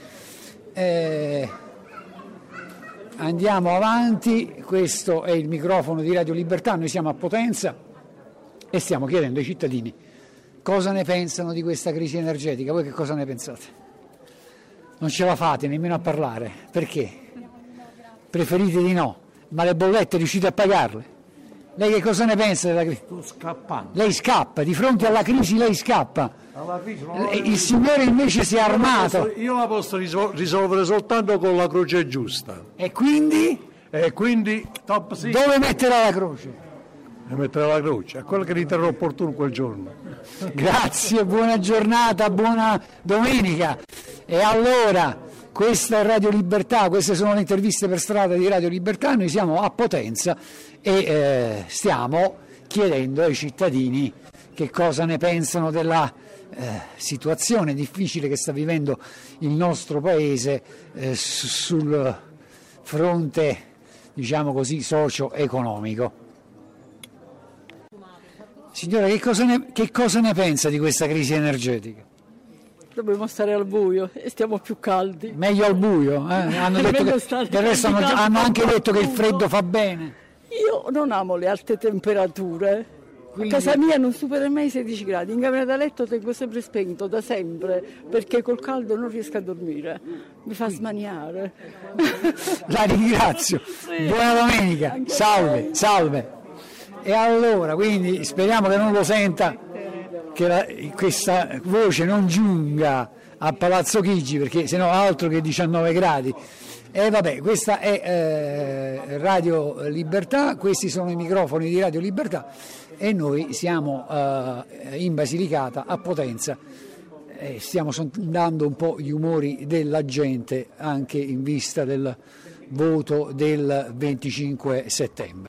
Andiamo avanti, questo è il microfono di Radio Libertà, noi siamo a Potenza e stiamo chiedendo ai cittadini cosa ne pensano di questa crisi energetica. Voi che cosa ne pensate? Non ce la fate nemmeno a parlare, perché? Preferite di no, ma le bollette riuscite a pagarle? Lei che cosa ne pensa della crisi? Sto scappando. Lei scappa, di fronte alla crisi lei scappa. Il signore invece si è armato. Io la posso risolvere soltanto con la croce giusta. E quindi? Top sì. Dove metterà la croce? E metterà la croce, a quello che riterrò opportuno quel giorno. Grazie, buona giornata, buona domenica. E allora, questa è Radio Libertà, queste sono le interviste per strada di Radio Libertà, noi siamo a Potenza e stiamo chiedendo ai cittadini che cosa ne pensano della situazione difficile che sta vivendo il nostro paese sul fronte, diciamo così, socio-economico. Signora, che cosa ne pensa di questa crisi energetica? Dobbiamo stare al buio e stiamo più caldi. Meglio al buio? Hanno detto del resto hanno anche detto che il freddo fa bene. Io non amo le alte temperature. Quindi... A casa mia non supera mai i 16 gradi. In camera da letto tengo sempre spento, da sempre, perché col caldo non riesco a dormire. Mi fa smaniare. La ringrazio. Sì. Buona domenica. Anche salve. E allora, quindi speriamo che non lo senta, che questa voce non giunga a Palazzo Chigi, perché sennò altro che 19 gradi. E vabbè, questa è Radio Libertà, questi sono i microfoni di Radio Libertà e noi siamo in Basilicata, a Potenza, e stiamo sondando un po' gli umori della gente anche in vista del voto del 25 settembre.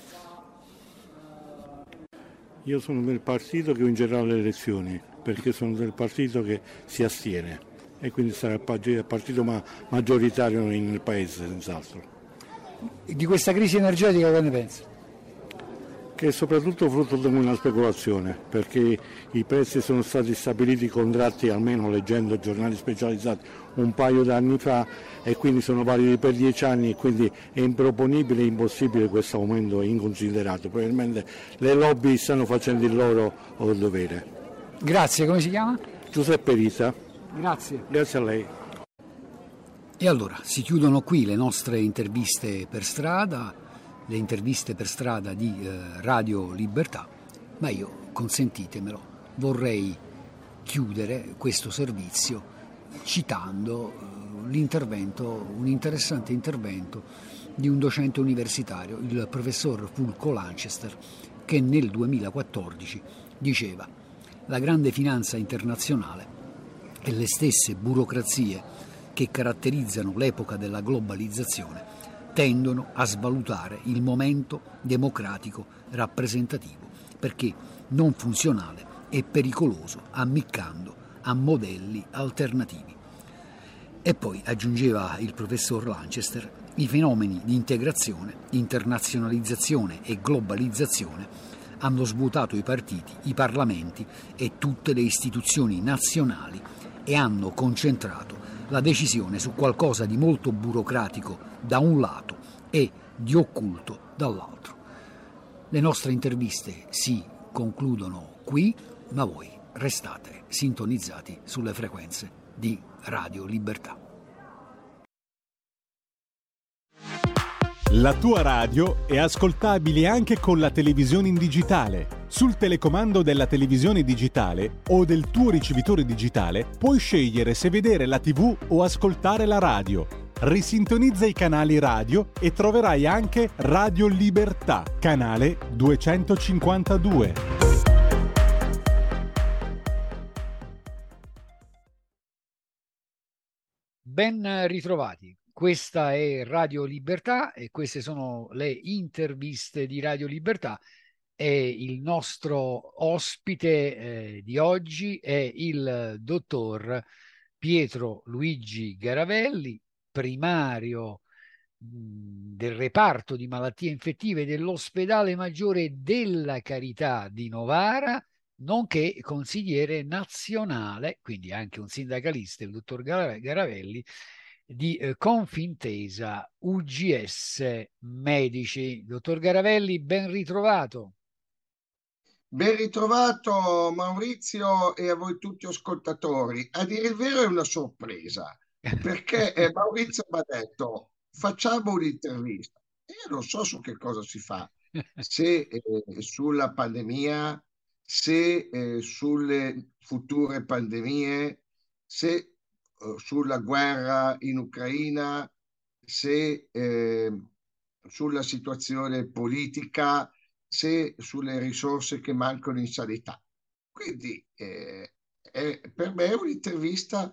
Io sono del partito che vincerà le elezioni, perché sono del partito che si astiene e quindi sarà il partito maggioritario nel paese, senz'altro. Di questa crisi energetica che ne pensi? Che è soprattutto frutto di una speculazione, perché i prezzi sono stati stabiliti, contratti, almeno leggendo giornali specializzati, un paio d'anni fa e quindi sono validi per 10 anni e quindi è improponibile e impossibile questo aumento inconsiderato. Probabilmente le lobby stanno facendo il loro dovere. Grazie, come si chiama? Giuseppe Rita. Grazie. Grazie a lei. E allora, si chiudono qui le nostre interviste per strada, le interviste per strada di Radio Libertà, ma io, consentitemelo, vorrei chiudere questo servizio citando un interessante intervento di un docente universitario, il professor Fulco Lanchester, che nel 2014 diceva: la grande finanza internazionale e le stesse burocrazie che caratterizzano l'epoca della globalizzazione tendono a svalutare il momento democratico rappresentativo, perché non funzionale e pericoloso, ammiccando a modelli alternativi. E poi, aggiungeva il professor Lanchester, i fenomeni di integrazione, internazionalizzazione e globalizzazione hanno svuotato i partiti, i parlamenti e tutte le istituzioni nazionali e hanno concentrato la decisione su qualcosa di molto burocratico da un lato e di occulto dall'altro. Le nostre interviste si concludono qui, ma voi restate sintonizzati sulle frequenze di Radio Libertà. La tua radio è ascoltabile anche con la televisione in digitale. Sul telecomando della televisione digitale o del tuo ricevitore digitale puoi scegliere se vedere la TV o ascoltare la radio. Risintonizza i canali radio e troverai anche Radio Libertà, canale 252. Ben ritrovati. Questa è Radio Libertà e queste sono le interviste di Radio Libertà e il nostro ospite di oggi è il dottor Pietro Luigi Garavelli, primario del reparto di malattie infettive dell'Ospedale Maggiore della Carità di Novara, nonché consigliere nazionale, quindi anche un sindacalista, il dottor Garavelli, di Confintesa UGS Medici. Dottor Garavelli, ben ritrovato. Ben ritrovato Maurizio e a voi tutti ascoltatori. A dire il vero è una sorpresa, perché Maurizio mi ha detto facciamo un'intervista. E io non so su che cosa si fa, se sulla pandemia, se sulle future pandemie, se sulla guerra in Ucraina, se sulla situazione politica, se sulle risorse che mancano in sanità. Quindi per me è un'intervista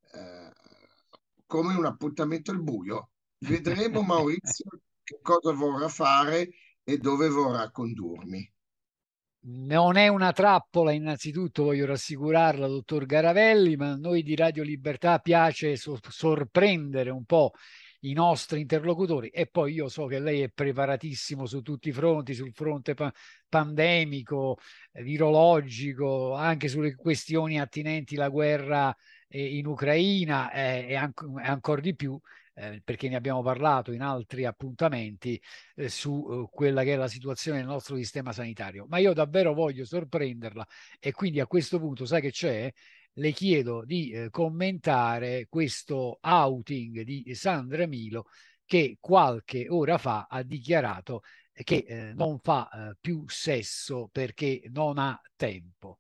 come un appuntamento al buio. Vedremo Maurizio che cosa vorrà fare e dove vorrà condurmi. Non è una trappola, innanzitutto voglio rassicurarla, dottor Garavelli, ma a noi di Radio Libertà piace sorprendere un po' i nostri interlocutori e poi io so che lei è preparatissimo su tutti i fronti, sul fronte pandemico, virologico, anche sulle questioni attinenti alla guerra in Ucraina e ancora di più. Perché ne abbiamo parlato in altri appuntamenti su quella che è la situazione del nostro sistema sanitario. Ma io davvero voglio sorprenderla e quindi a questo punto, sai che c'è? Le chiedo di commentare questo outing di Sandra Milo che qualche ora fa ha dichiarato che non fa più sesso perché non ha tempo.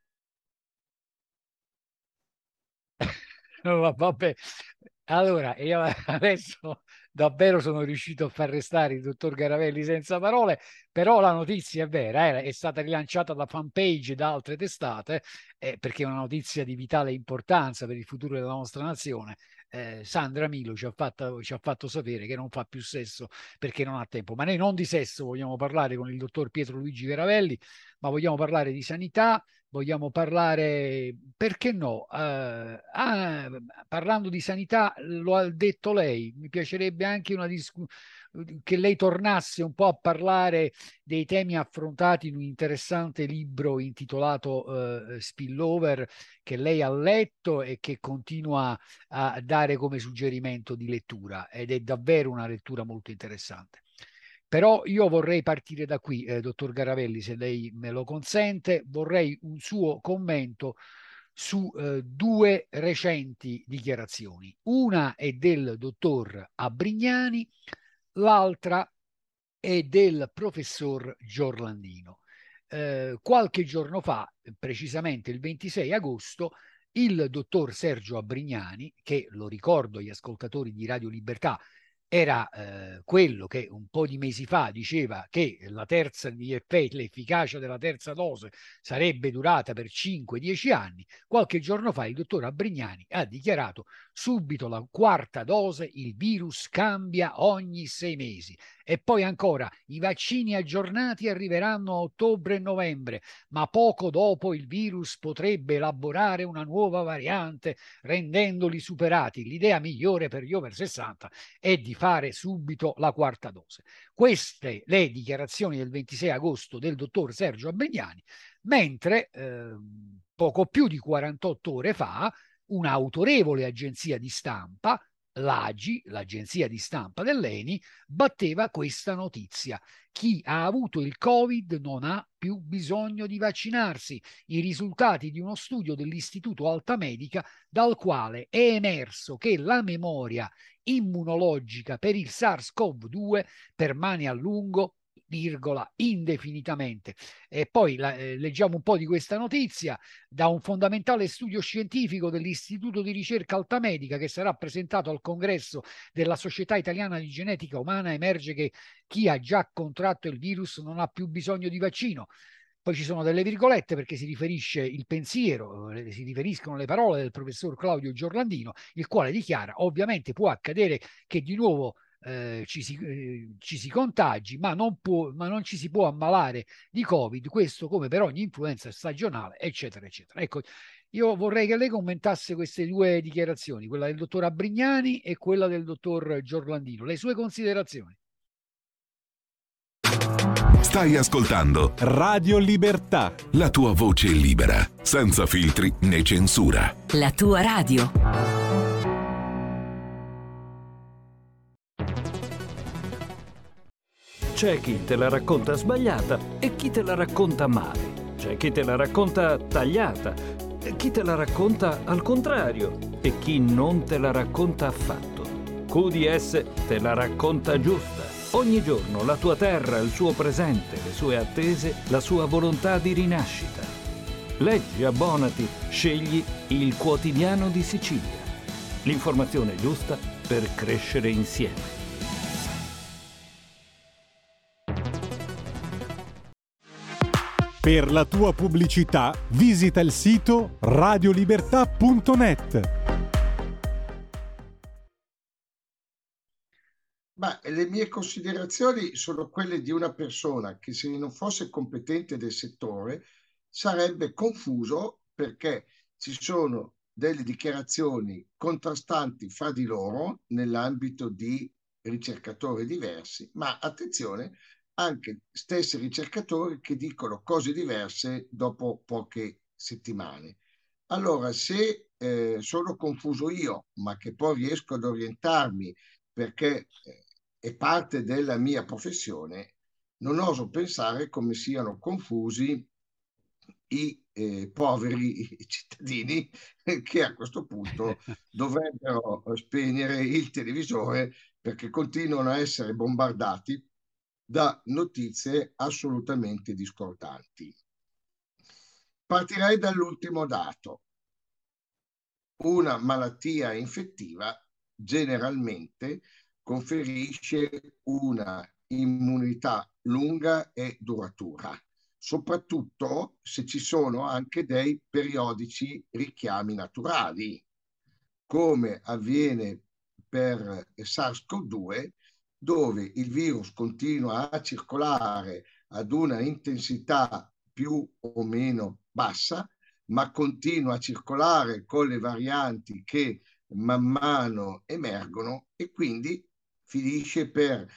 Vabbè. Allora, io adesso davvero sono riuscito a far restare il dottor Garavelli senza parole, però la notizia è vera, è stata rilanciata da fanpage da altre testate, perché è una notizia di vitale importanza per il futuro della nostra nazione. Sandra Milo ci ha fatto sapere che non fa più sesso perché non ha tempo. Ma noi non di sesso vogliamo parlare con il dottor Pietro Luigi Garavelli, ma vogliamo parlare di sanità, vogliamo parlare, perché no? Parlando di sanità, lo ha detto lei, mi piacerebbe anche che lei tornasse un po' a parlare dei temi affrontati in un interessante libro intitolato Spillover, che lei ha letto e che continua a dare come suggerimento di lettura, ed è davvero una lettura molto interessante. Però io vorrei partire da qui, dottor Garavelli, se lei me lo consente, vorrei un suo commento su due recenti dichiarazioni. Una è del dottor Abrignani, l'altra è del professor Giorlandino. Qualche giorno fa, precisamente il 26 agosto, il dottor Sergio Abrignani, che lo ricordo agli ascoltatori di Radio Libertà, era quello che un po' di mesi fa diceva che l'efficacia della terza dose sarebbe durata per 5-10 anni. Qualche giorno fa il dottor Abrignani ha dichiarato: subito la quarta dose, il virus cambia ogni 6 mesi. E poi ancora, i vaccini aggiornati arriveranno a ottobre e novembre, ma poco dopo il virus potrebbe elaborare una nuova variante, rendendoli superati. L'idea migliore per gli over 60 è di fare subito la quarta dose. Queste le dichiarazioni del 26 agosto del dottor Sergio Abbegnani, mentre poco più di 48 ore fa un'autorevole agenzia di stampa, l'AGI, l'agenzia di stampa dell'ENI, batteva questa notizia: chi ha avuto il Covid non ha più bisogno di vaccinarsi. I risultati di uno studio dell'Istituto Altamedica, dal quale è emerso che la memoria immunologica per il SARS-CoV-2 permane a lungo, indefinitamente. E poi leggiamo un po' di questa notizia. Da un fondamentale studio scientifico dell'Istituto di Ricerca Altamedica, che sarà presentato al congresso della Società Italiana di Genetica Umana, emerge che chi ha già contratto il virus non ha più bisogno di vaccino. Poi ci sono delle virgolette, perché si riferisce il pensiero, si riferiscono le parole del professor Claudio Giorlandino, il quale dichiara: ovviamente può accadere che di nuovo ci si contagi, ma non ci si può ammalare di Covid, questo come per ogni influenza stagionale, eccetera, eccetera. Ecco, io vorrei che lei commentasse queste due dichiarazioni, quella del dottor Abrignani e quella del dottor Giorlandino. Le sue considerazioni. Stai ascoltando Radio Libertà, la tua voce libera, senza filtri né censura. La tua radio. C'è chi te la racconta sbagliata e chi te la racconta male. C'è chi te la racconta tagliata, e chi te la racconta al contrario e chi non te la racconta affatto. QDS te la racconta giusta. Ogni giorno la tua terra, il suo presente, le sue attese, la sua volontà di rinascita. Leggi, abbonati, scegli il Quotidiano di Sicilia. L'informazione giusta per crescere insieme. Per la tua pubblicità visita il sito radiolibertà.net. Ma le mie considerazioni sono quelle di una persona che, se non fosse competente del settore, sarebbe confuso, perché ci sono delle dichiarazioni contrastanti fra di loro nell'ambito di ricercatori diversi, ma attenzione, anche stessi ricercatori che dicono cose diverse dopo poche settimane. Allora, se sono confuso io, ma che poi riesco ad orientarmi perché è parte della mia professione, non oso pensare come siano confusi i poveri cittadini che a questo punto dovrebbero spegnere il televisore, perché continuano a essere bombardati da notizie assolutamente discordanti. Partirei dall'ultimo dato. Una malattia infettiva generalmente conferisce una immunità lunga e duratura, soprattutto se ci sono anche dei periodici richiami naturali, come avviene per SARS-CoV-2, dove il virus continua a circolare ad una intensità più o meno bassa, ma continua a circolare con le varianti che man mano emergono, e quindi finisce per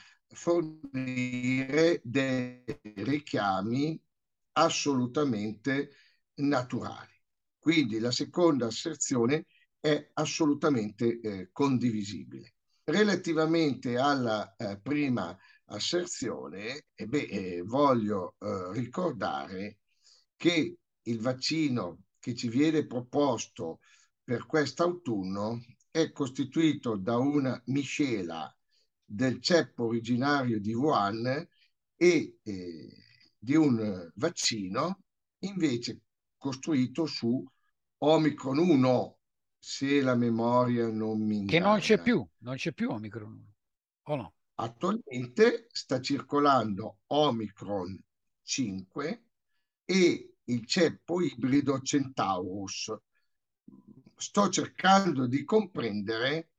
fornire dei richiami assolutamente naturali. Quindi la seconda asserzione è assolutamente condivisibile. Relativamente alla prima asserzione, voglio ricordare che il vaccino che ci viene proposto per quest'autunno è costituito da una miscela del ceppo originario di Wuhan e di un vaccino invece costruito su Omicron 1, se la memoria non mi inganna. Che non c'è più Omicron 1. o no? Attualmente sta circolando Omicron 5 e il ceppo ibrido Centaurus. Sto cercando di comprendere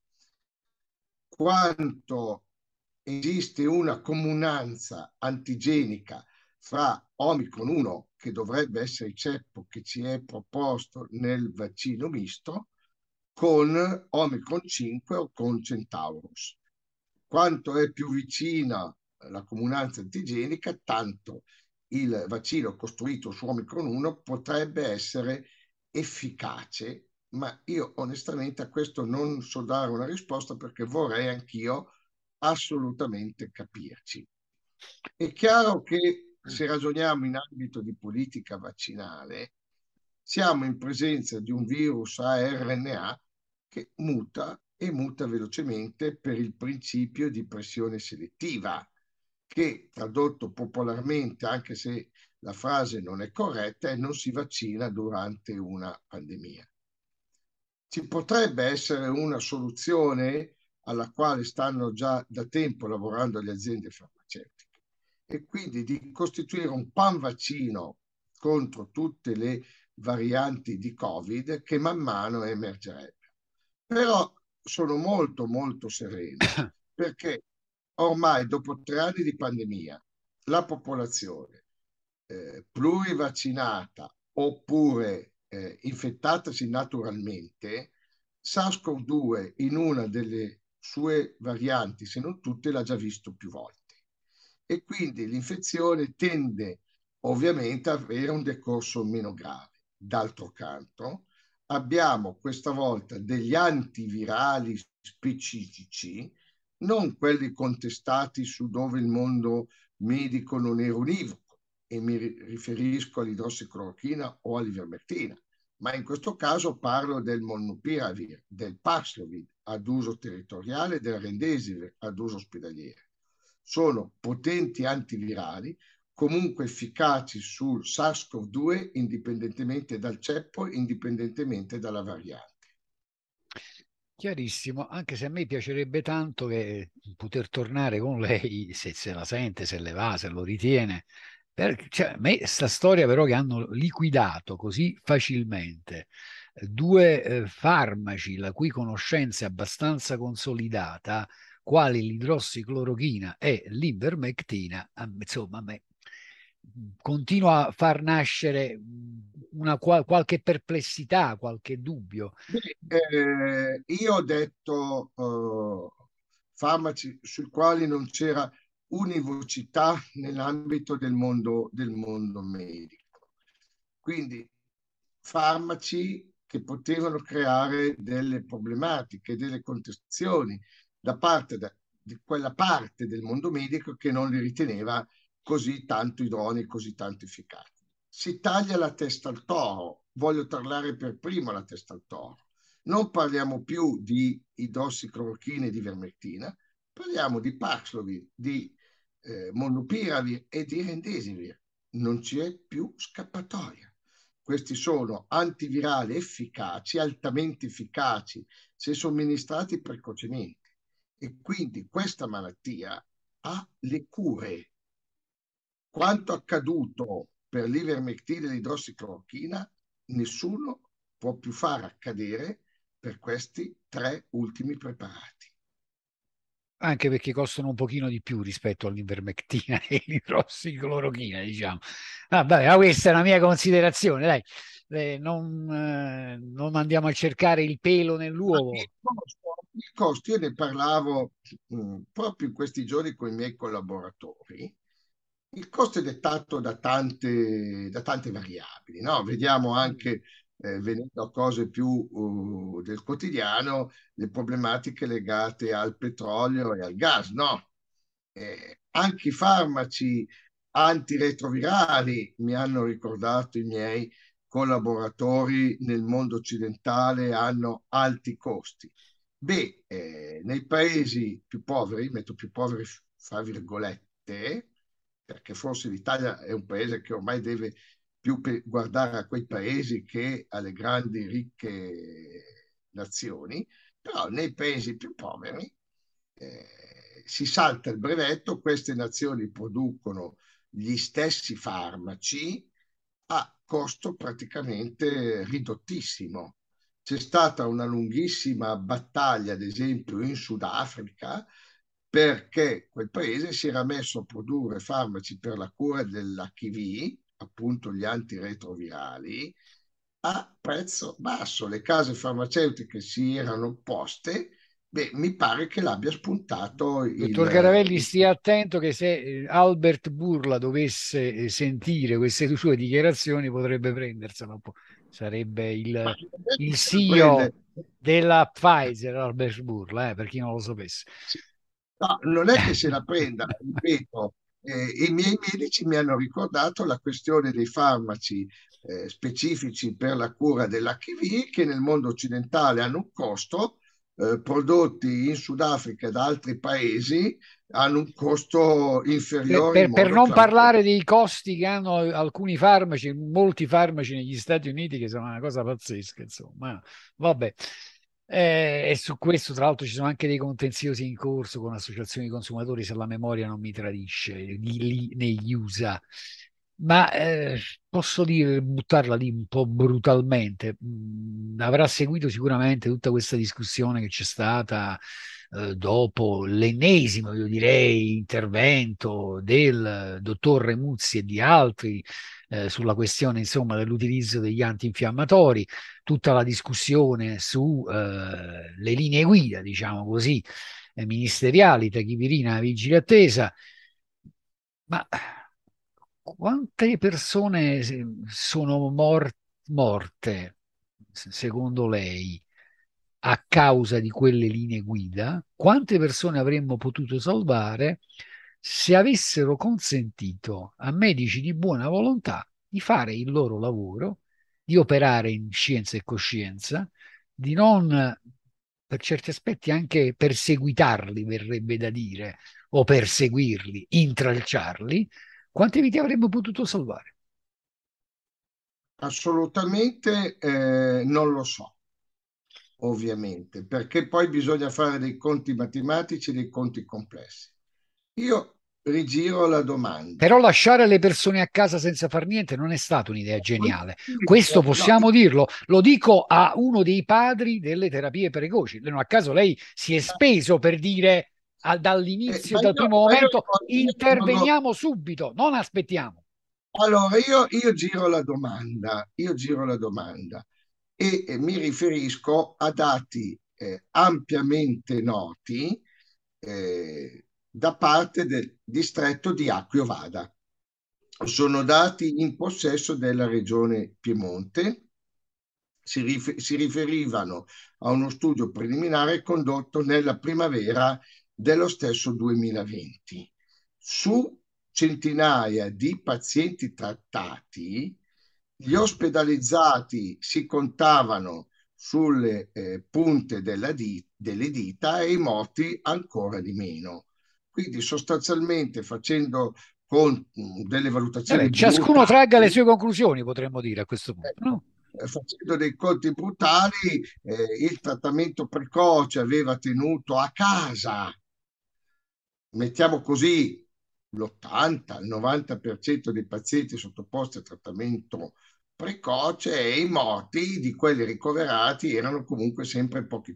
quanto esiste una comunanza antigenica fra Omicron 1, che dovrebbe essere il ceppo che ci è proposto nel vaccino misto, con Omicron 5 o con Centaurus. Quanto è più vicina la comunanza antigenica, tanto il vaccino costruito su Omicron 1 potrebbe essere efficace, ma io onestamente a questo non so dare una risposta, perché vorrei anch'io assolutamente capirci. È chiaro che se ragioniamo in ambito di politica vaccinale, siamo in presenza di un virus a RNA che muta e muta velocemente per il principio di pressione selettiva, che tradotto popolarmente, anche se la frase non è corretta, è non si vaccina durante una pandemia. Ci potrebbe essere una soluzione alla quale stanno già da tempo lavorando le aziende farmaceutiche, e quindi di costituire un panvaccino contro tutte le varianti di Covid che man mano emergerebbero. Però sono molto molto sereno, perché ormai dopo 3 anni di pandemia la popolazione plurivaccinata oppure infettatasi naturalmente, SARS-CoV-2 in una delle sue varianti, se non tutte, l'ha già visto più volte, e quindi l'infezione tende ovviamente a avere un decorso meno grave. D'altro canto abbiamo questa volta degli antivirali specifici, non quelli contestati su dove il mondo medico non era univoco, e mi riferisco all'idrossiclorochina o all'ivermectina, ma in questo caso parlo del molnupiravir, del Paxlovid ad uso territoriale e del Remdesivir ad uso ospedaliero. Sono potenti antivirali, comunque efficaci sul SARS-CoV-2 indipendentemente dal ceppo, indipendentemente dalla variante. Chiarissimo, anche se a me piacerebbe tanto poter tornare con lei, se la sente, se le va, se lo ritiene. Cioè, a me sta storia però che hanno liquidato così facilmente 2 farmaci la cui conoscenza è abbastanza consolidata, quali l'idrossiclorochina e l'ivermectina, insomma, a me continua a far nascere qualche perplessità, qualche dubbio. Io ho detto farmaci sui quali non c'era univocità nell'ambito del mondo medico, quindi farmaci che potevano creare delle problematiche, delle contestazioni da parte di quella parte del mondo medico che non li riteneva così tanto idonei, così tanto efficaci. Si taglia la testa al toro, voglio parlare per primo la testa al toro. Non parliamo più di idrossiclorochina e di ivermectina, parliamo di Paxlovid, di molnupiravir e di Remdesivir. Non c'è più scappatoia. Questi sono antivirali efficaci, altamente efficaci, se somministrati precocemente. E quindi questa malattia ha le cure. Quanto accaduto per l'ivermectina e l'idrossiclorochina, nessuno può più far accadere per questi 3 ultimi preparati. Anche perché costano un pochino di più rispetto all'ivermectina e l'idrossiclorochina, diciamo. Vabbè, questa è una mia considerazione, dai. Non andiamo a cercare il pelo nell'uovo. Il costo, io ne parlavo proprio in questi giorni con i miei collaboratori. Il costo è dettato da tante variabili, no? Vediamo anche, venendo a cose più del quotidiano, le problematiche legate al petrolio e al gas, no? Anche i farmaci antiretrovirali, mi hanno ricordato i miei collaboratori nel mondo occidentale, hanno alti costi. Nei paesi più poveri, metto più poveri fra virgolette, perché forse l'Italia è un paese che ormai deve più guardare a quei paesi che alle grandi ricche nazioni, però nei paesi più poveri si salta il brevetto, queste nazioni producono gli stessi farmaci a costo praticamente ridottissimo. C'è stata una lunghissima battaglia, ad esempio in Sudafrica, perché quel paese si era messo a produrre farmaci per la cura dell'HIV, appunto gli antiretrovirali, a prezzo basso. Le case farmaceutiche si erano opposte. Beh, mi pare che l'abbia spuntato Dottor Caravelli, stia attento che se Albert Burla dovesse sentire queste sue dichiarazioni potrebbe prendersela un po'. Sarebbe il CEO della Pfizer, Albert Burla, per chi non lo sapesse. No, non è che se la prenda, ripeto, i miei medici mi hanno ricordato la questione dei farmaci specifici per la cura dell'HIV che nel mondo occidentale hanno un costo, prodotti in Sudafrica e da altri paesi hanno un costo inferiore. Per non parlare dei costi che hanno alcuni farmaci, molti farmaci negli Stati Uniti, che sono una cosa pazzesca, insomma. Vabbè. E su questo, tra l'altro, ci sono anche dei contenziosi in corso con associazioni di consumatori, se la memoria non mi tradisce, lì negli USA. Ma posso dire, buttarla lì un po' brutalmente, avrà seguito sicuramente tutta questa discussione che c'è stata dopo l'ennesimo, io direi, intervento del dottor Remuzzi e di altri sulla questione, insomma, dell'utilizzo degli antinfiammatori, tutta la discussione su le linee guida, diciamo così, ministeriali, tachipirina, vigile attesa. Ma quante persone sono morte, secondo lei, a causa di quelle linee guida? Quante persone avremmo potuto salvare se avessero consentito a medici di buona volontà di fare il loro lavoro, di operare in scienza e coscienza, di non, per certi aspetti, anche perseguitarli, verrebbe da dire, o perseguirli, intralciarli? Quante vite avremmo potuto salvare? Assolutamente non lo so, ovviamente, perché poi bisogna fare dei conti matematici e dei conti complessi. Io rigiro la domanda. Però lasciare le persone a casa senza far niente non è stata un'idea geniale. Questo possiamo dirlo. Lo dico a uno dei padri delle terapie precoci. Non a caso lei si è speso per dire dall'inizio, dal primo momento, interveniamo subito, non aspettiamo. Allora, io giro la domanda, e mi riferisco a dati ampiamente noti da parte del distretto di Acquio Vada. Sono dati in possesso della regione Piemonte, si riferivano a uno studio preliminare condotto nella primavera dello stesso 2020. Su centinaia di pazienti trattati, gli ospedalizzati si contavano sulle punte delle dita e i morti ancora di meno. Quindi sostanzialmente facendo con delle valutazioni ciascuno tragga le sue conclusioni, potremmo dire a questo punto, no? Facendo dei conti brutali, il trattamento precoce aveva tenuto a casa, mettiamo così, l'80, il 90% dei pazienti sottoposti a trattamento precoce, e i morti di quelli ricoverati erano comunque sempre pochi.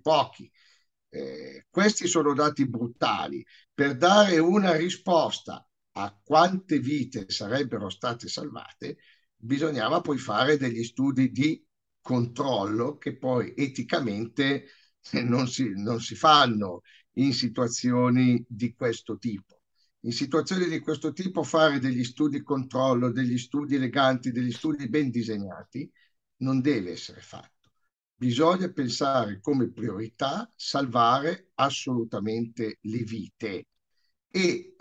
Questi sono dati brutali. Per dare una risposta a quante vite sarebbero state salvate, bisognava poi fare degli studi di controllo che poi eticamente non si fanno in situazioni di questo tipo. In situazioni di questo tipo fare degli studi controllo, degli studi eleganti, degli studi ben disegnati non deve essere fatto. Bisogna pensare come priorità salvare assolutamente le vite. E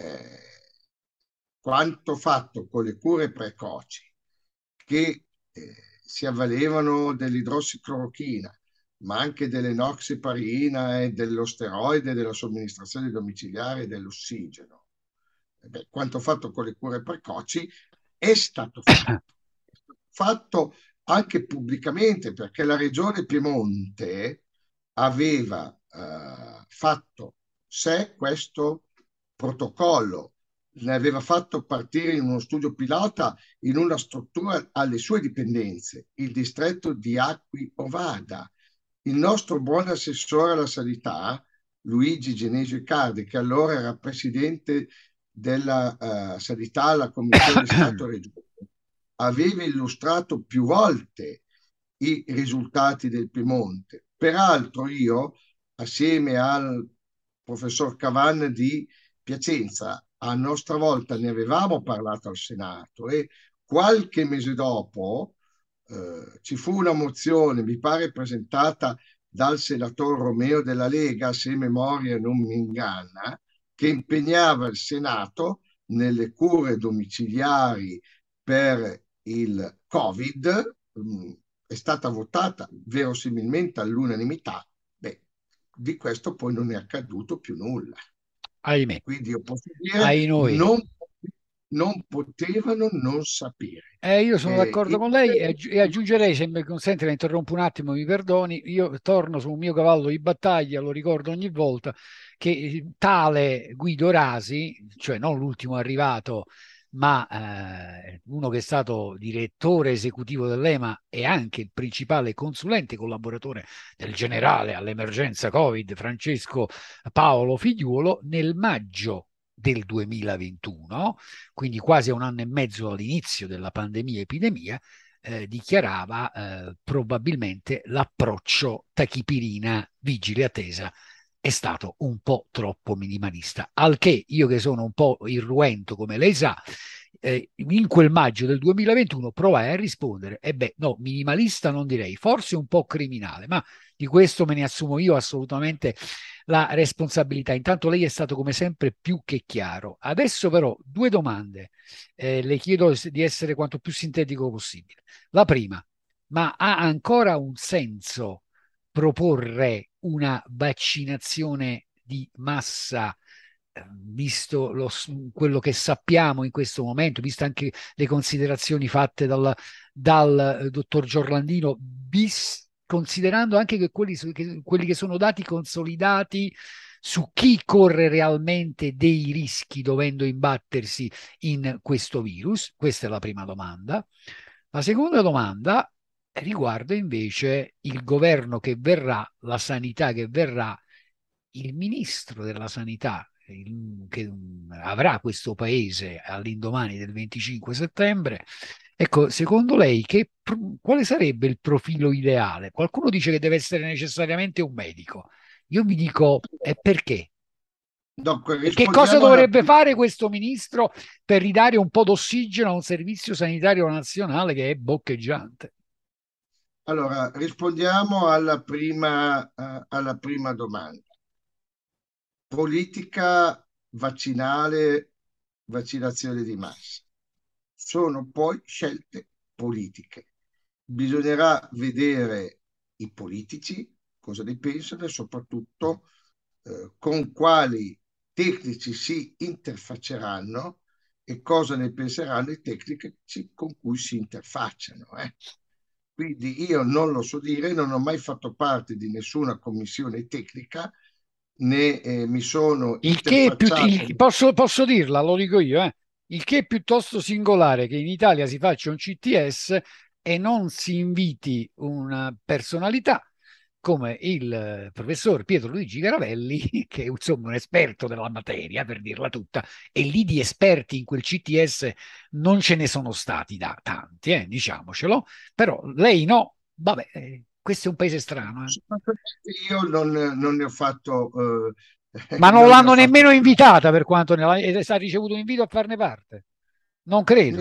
quanto fatto con le cure precoci che si avvalevano dell'idrossiclorochina, ma anche dell'enoxiparina e dello steroide, della somministrazione domiciliare dell'ossigeno. Quanto fatto con le cure precoci è stato fatto anche pubblicamente, perché la regione Piemonte aveva fatto sé questo protocollo, ne aveva fatto partire in uno studio pilota in una struttura alle sue dipendenze, il distretto di Acqui Ovada. Il nostro buon assessore alla sanità, Luigi Genesio Icardi, che allora era presidente della sanità alla Commissione Stato-Regione, aveva illustrato più volte i risultati del Piemonte. Peraltro io, assieme al professor Cavan di Piacenza, a nostra volta ne avevamo parlato al Senato e qualche mese dopo ci fu una mozione, mi pare presentata dal senatore Romeo della Lega, se memoria non mi inganna, che impegnava il Senato nelle cure domiciliari per il Covid. È stata votata verosimilmente all'unanimità. Beh, di questo poi non è accaduto più nulla. Ahimè. Quindi io posso dire non potevano non sapere. Io sono d'accordo con lei e aggiungerei, se mi consente, la interrompo un attimo, mi perdoni, io torno sul mio cavallo di battaglia, lo ricordo ogni volta, che tale Guido Rasi, cioè non l'ultimo arrivato, ma uno che è stato direttore esecutivo dell'EMA e anche il principale consulente collaboratore del generale all'emergenza Covid, Francesco Paolo Figliuolo, nel maggio del 2021, quindi quasi a un anno e mezzo all'inizio della pandemia-epidemia, dichiarava probabilmente l'approccio tachipirina vigile attesa è stato un po' troppo minimalista, al che io, che sono un po' irruento come lei sa, in quel maggio del 2021 provai a rispondere, no, minimalista non direi, forse un po' criminale, ma di questo me ne assumo io assolutamente la responsabilità. Intanto lei è stato come sempre più che chiaro. Adesso però due domande, le chiedo di essere quanto più sintetico possibile. La prima, ma ha ancora un senso proporre una vaccinazione di massa, visto quello che sappiamo in questo momento, viste anche le considerazioni fatte dal dottor Giorlandino, considerando anche che quelli che sono dati consolidati su chi corre realmente dei rischi dovendo imbattersi in questo virus? Questa è la prima domanda. La seconda domanda riguarda invece il governo che verrà, la sanità che verrà, il ministro della sanità che avrà questo paese all'indomani del 25 settembre. Ecco, secondo lei quale sarebbe il profilo ideale? Qualcuno dice che deve essere necessariamente un medico. Io mi dico, perché? E che cosa dovrebbe fare questo ministro per ridare un po' d'ossigeno a un servizio sanitario nazionale che è boccheggiante? Allora, rispondiamo alla prima domanda. Politica vaccinale, vaccinazione di massa. Sono poi scelte politiche. Bisognerà vedere i politici cosa ne pensano e soprattutto con quali tecnici si interfacceranno e cosa ne penseranno i tecnici con cui si interfacciano. Quindi io non lo so dire, non ho mai fatto parte di nessuna commissione tecnica, né mi sono interfacciato. Posso dirla, lo dico io, il che è piuttosto singolare che in Italia si faccia un CTS e non si inviti una personalità come il professor Pietro Luigi Caravelli, che è insomma un esperto della materia, per dirla tutta, e lì di esperti in quel CTS non ce ne sono stati tanti, diciamocelo, però lei no, vabbè, questo è un paese strano. Io non ne ho fatto... Ma non l'hanno nemmeno invitata, per quanto ha ricevuto un invito a farne parte. Non credo.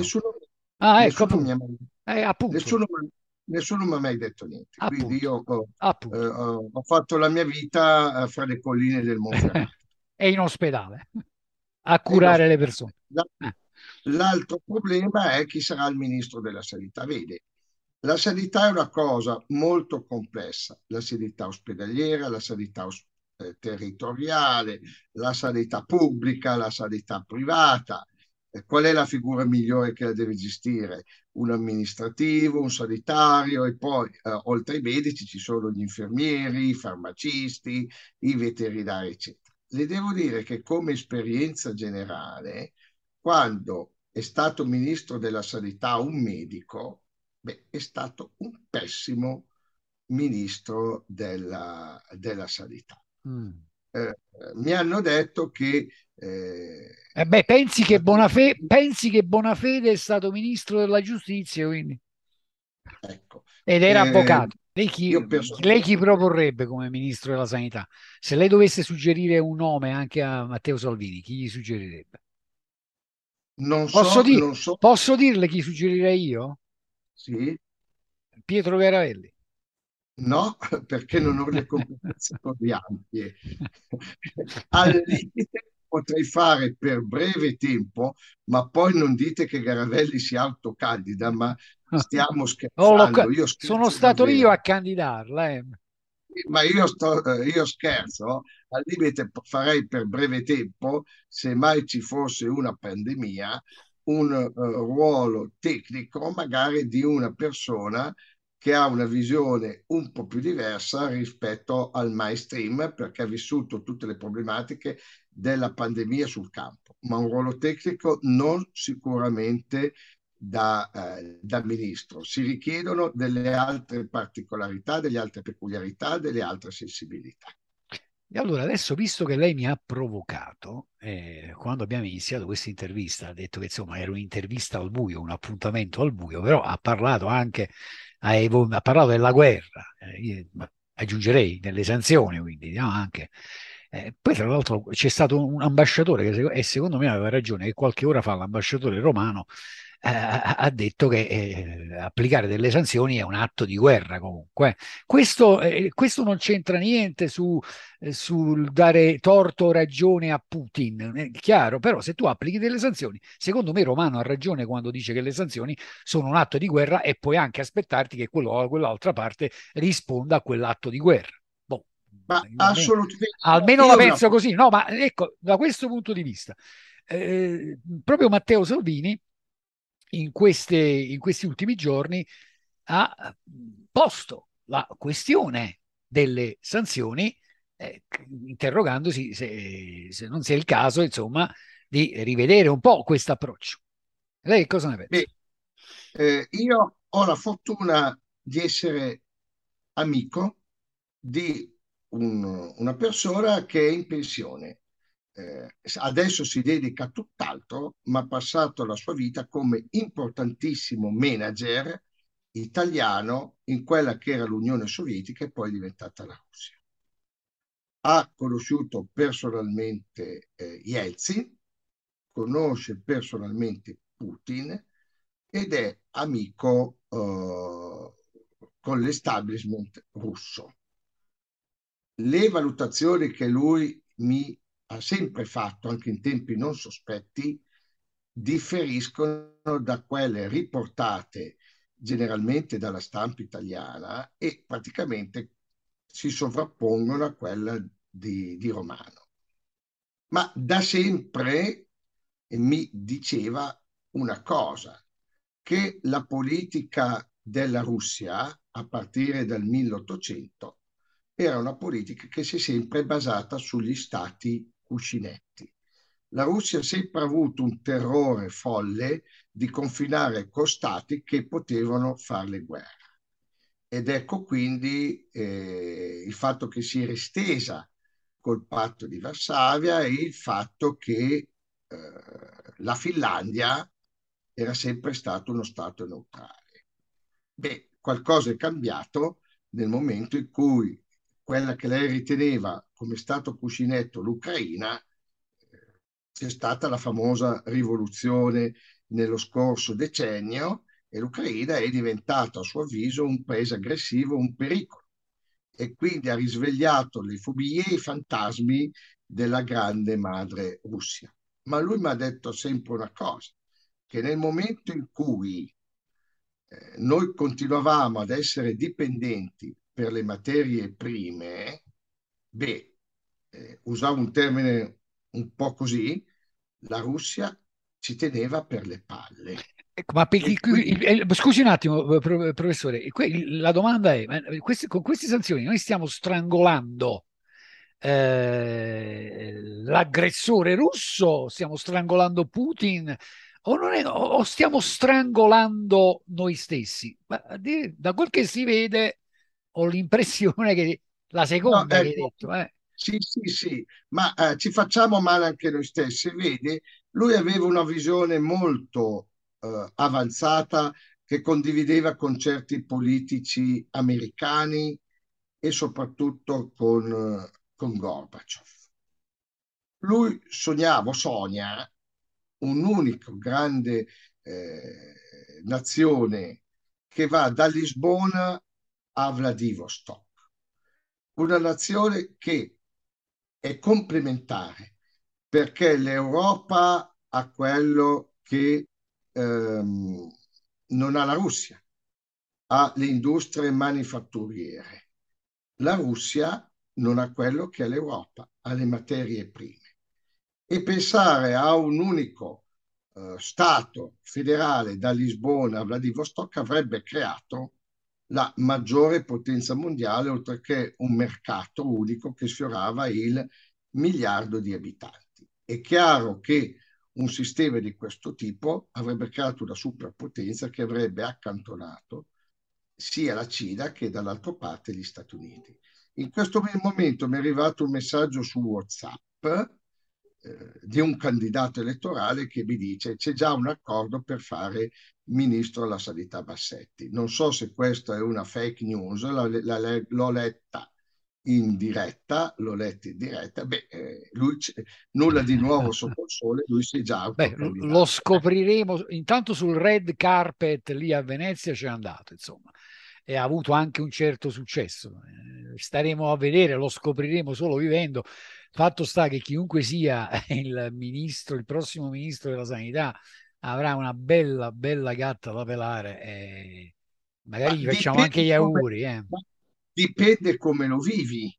Nessuno mi ha mai detto niente. Quindi io ho fatto la mia vita fra le colline del Monferrato. E in ospedale a curare le persone. L'altro problema è chi sarà il ministro della sanità. Vede, la sanità è una cosa molto complessa, la sanità ospedaliera, la sanità territoriale, la sanità pubblica, la sanità privata. Qual è la figura migliore che la deve gestire? Un amministrativo, un sanitario e poi oltre ai medici ci sono gli infermieri, i farmacisti, i veterinari, eccetera. le devo dire che come esperienza generale, quando è stato ministro della sanità un medico, beh, è stato un pessimo ministro della sanità. Mi hanno detto che pensi che Bonafede è stato ministro della giustizia, quindi. Ecco. Ed era avvocato. Lei Lei chi proporrebbe come ministro della sanità? Se lei dovesse suggerire un nome anche a Matteo Salvini, chi gli suggerirebbe? Posso dirle chi suggerirei io? Sì. Pietro Garavelli. No, perché non ho le competenze così ampie. Al limite potrei fare per breve tempo, ma poi non dite che Garavelli si autocandida, ma stiamo scherzando. Io sono stato io a candidarla. Ma io scherzo, al limite farei per breve tempo, se mai ci fosse una pandemia, un ruolo tecnico magari di una persona che ha una visione un po' più diversa rispetto al mainstream, perché ha vissuto tutte le problematiche della pandemia sul campo, ma un ruolo tecnico non sicuramente da ministro. Si richiedono delle altre particolarità, delle altre peculiarità, delle altre sensibilità. E allora adesso, visto che lei mi ha provocato, quando abbiamo iniziato questa intervista, ha detto che insomma era un'intervista al buio, un appuntamento al buio, però ha parlato anche, ha parlato della guerra, io aggiungerei delle sanzioni, quindi no, anche. Poi tra l'altro c'è stato un ambasciatore e secondo me aveva ragione, che qualche ora fa l'ambasciatore romano ha detto che applicare delle sanzioni è un atto di guerra comunque. Questo non c'entra niente sul dare torto o ragione a Putin, è chiaro, però se tu applichi delle sanzioni, secondo me Romano ha ragione quando dice che le sanzioni sono un atto di guerra e puoi anche aspettarti che quell'altra parte risponda a quell'atto di guerra. Ma assolutamente. Almeno la penso così, no, ma ecco, da questo punto di vista, proprio Matteo Salvini in questi ultimi giorni ha posto la questione delle sanzioni, interrogandosi se non sia il caso, insomma, di rivedere un po' questo approccio. Lei cosa ne pensa? Io ho la fortuna di essere amico di una persona che è in pensione. Adesso si dedica a tutt'altro, ma ha passato la sua vita come importantissimo manager italiano in quella che era l'Unione Sovietica e poi è diventata la Russia. Ha conosciuto personalmente Yeltsin, conosce personalmente Putin ed è amico con l'establishment russo. Le valutazioni che lui mi ha sempre fatto, anche in tempi non sospetti, differiscono da quelle riportate generalmente dalla stampa italiana e praticamente si sovrappongono a quella di Romano. Ma da sempre mi diceva una cosa, che la politica della Russia, a partire dal 1800, era una politica che si è sempre basata sugli stati cuscinetti. La Russia ha sempre avuto un terrore folle di confinare con stati che potevano farle guerra. Ed ecco quindi il fatto che si era estesa col patto di Varsavia e il fatto che la Finlandia era sempre stato uno stato neutrale. Beh, qualcosa è cambiato nel momento in cui quella che lei riteneva come stato cuscinetto l'Ucraina, c'è stata la famosa rivoluzione nello scorso decennio e l'Ucraina è diventata a suo avviso un paese aggressivo, un pericolo e quindi ha risvegliato le fobie e i fantasmi della grande madre Russia. Ma lui mi ha detto sempre una cosa, che nel momento in cui noi continuavamo ad essere dipendenti per le materie prime, usavo un termine un po' così, la Russia ci teneva per le palle. Ecco, ma scusi un attimo, professore, la domanda è, con queste sanzioni noi stiamo strangolando l'aggressore russo, stiamo strangolando Putin o stiamo strangolando noi stessi? Ma da quel che si vede ho l'impressione che la seconda che hai Ecco, detto. sì, sì, sì, ma ci facciamo male anche noi stessi. Vedi, lui aveva una visione molto avanzata che condivideva con certi politici americani e soprattutto con Gorbaciov. Lui sogna un unico grande nazione che va da Lisbona a Vladivostok, una nazione che è complementare perché l'Europa ha quello che non ha la Russia, ha le industrie manifatturiere. La Russia non ha quello che ha l'Europa, ha le materie prime. E pensare a un unico Stato federale da Lisbona a Vladivostok avrebbe creato la maggiore potenza mondiale, oltre che un mercato unico che sfiorava il miliardo di abitanti. È chiaro che un sistema di questo tipo avrebbe creato una superpotenza che avrebbe accantonato sia la Cina che dall'altra parte gli Stati Uniti. In questo momento mi è arrivato un messaggio su WhatsApp di un candidato elettorale che mi dice c'è già un accordo per fare ministro alla sanità Bassetti. Non so se questa è una fake news, l'ho letta in diretta, l'ho letta in diretta. Lui nulla di nuovo sotto il sole, lui si è già autocandidato. Lo scopriremo intanto sul red carpet lì a Venezia, c'è andato, insomma, e ha avuto anche un certo successo. Staremo a vedere, lo scopriremo solo vivendo. Fatto sta che chiunque sia il prossimo ministro della sanità avrà una bella gatta da pelare e magari gli facciamo anche gli auguri. Dipende come lo vivi.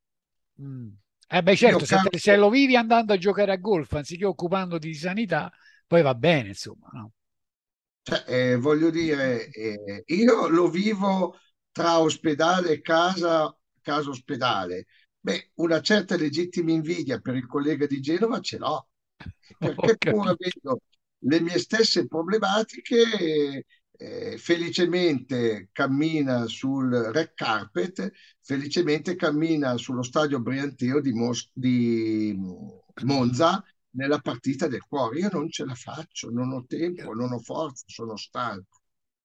Certo, se lo vivi andando a giocare a golf anziché occupandoti di sanità, poi va bene, insomma, no? Cioè, voglio dire, io lo vivo tra ospedale e casa ospedale. Una certa legittima invidia per il collega di Genova ce l'ho, perché pur avendo le mie stesse problematiche, felicemente cammina sul red carpet, felicemente cammina sullo stadio Brianteo di Monza nella partita del cuore. Io non ce la faccio, non ho tempo, non ho forza, sono stanco.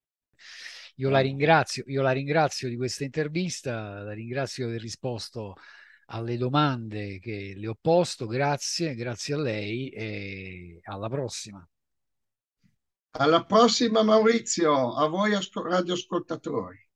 Io la ringrazio di questa intervista, la ringrazio di aver risposto alle domande che le ho posto, grazie a lei e alla prossima. Alla prossima Maurizio, a voi radioascoltatori.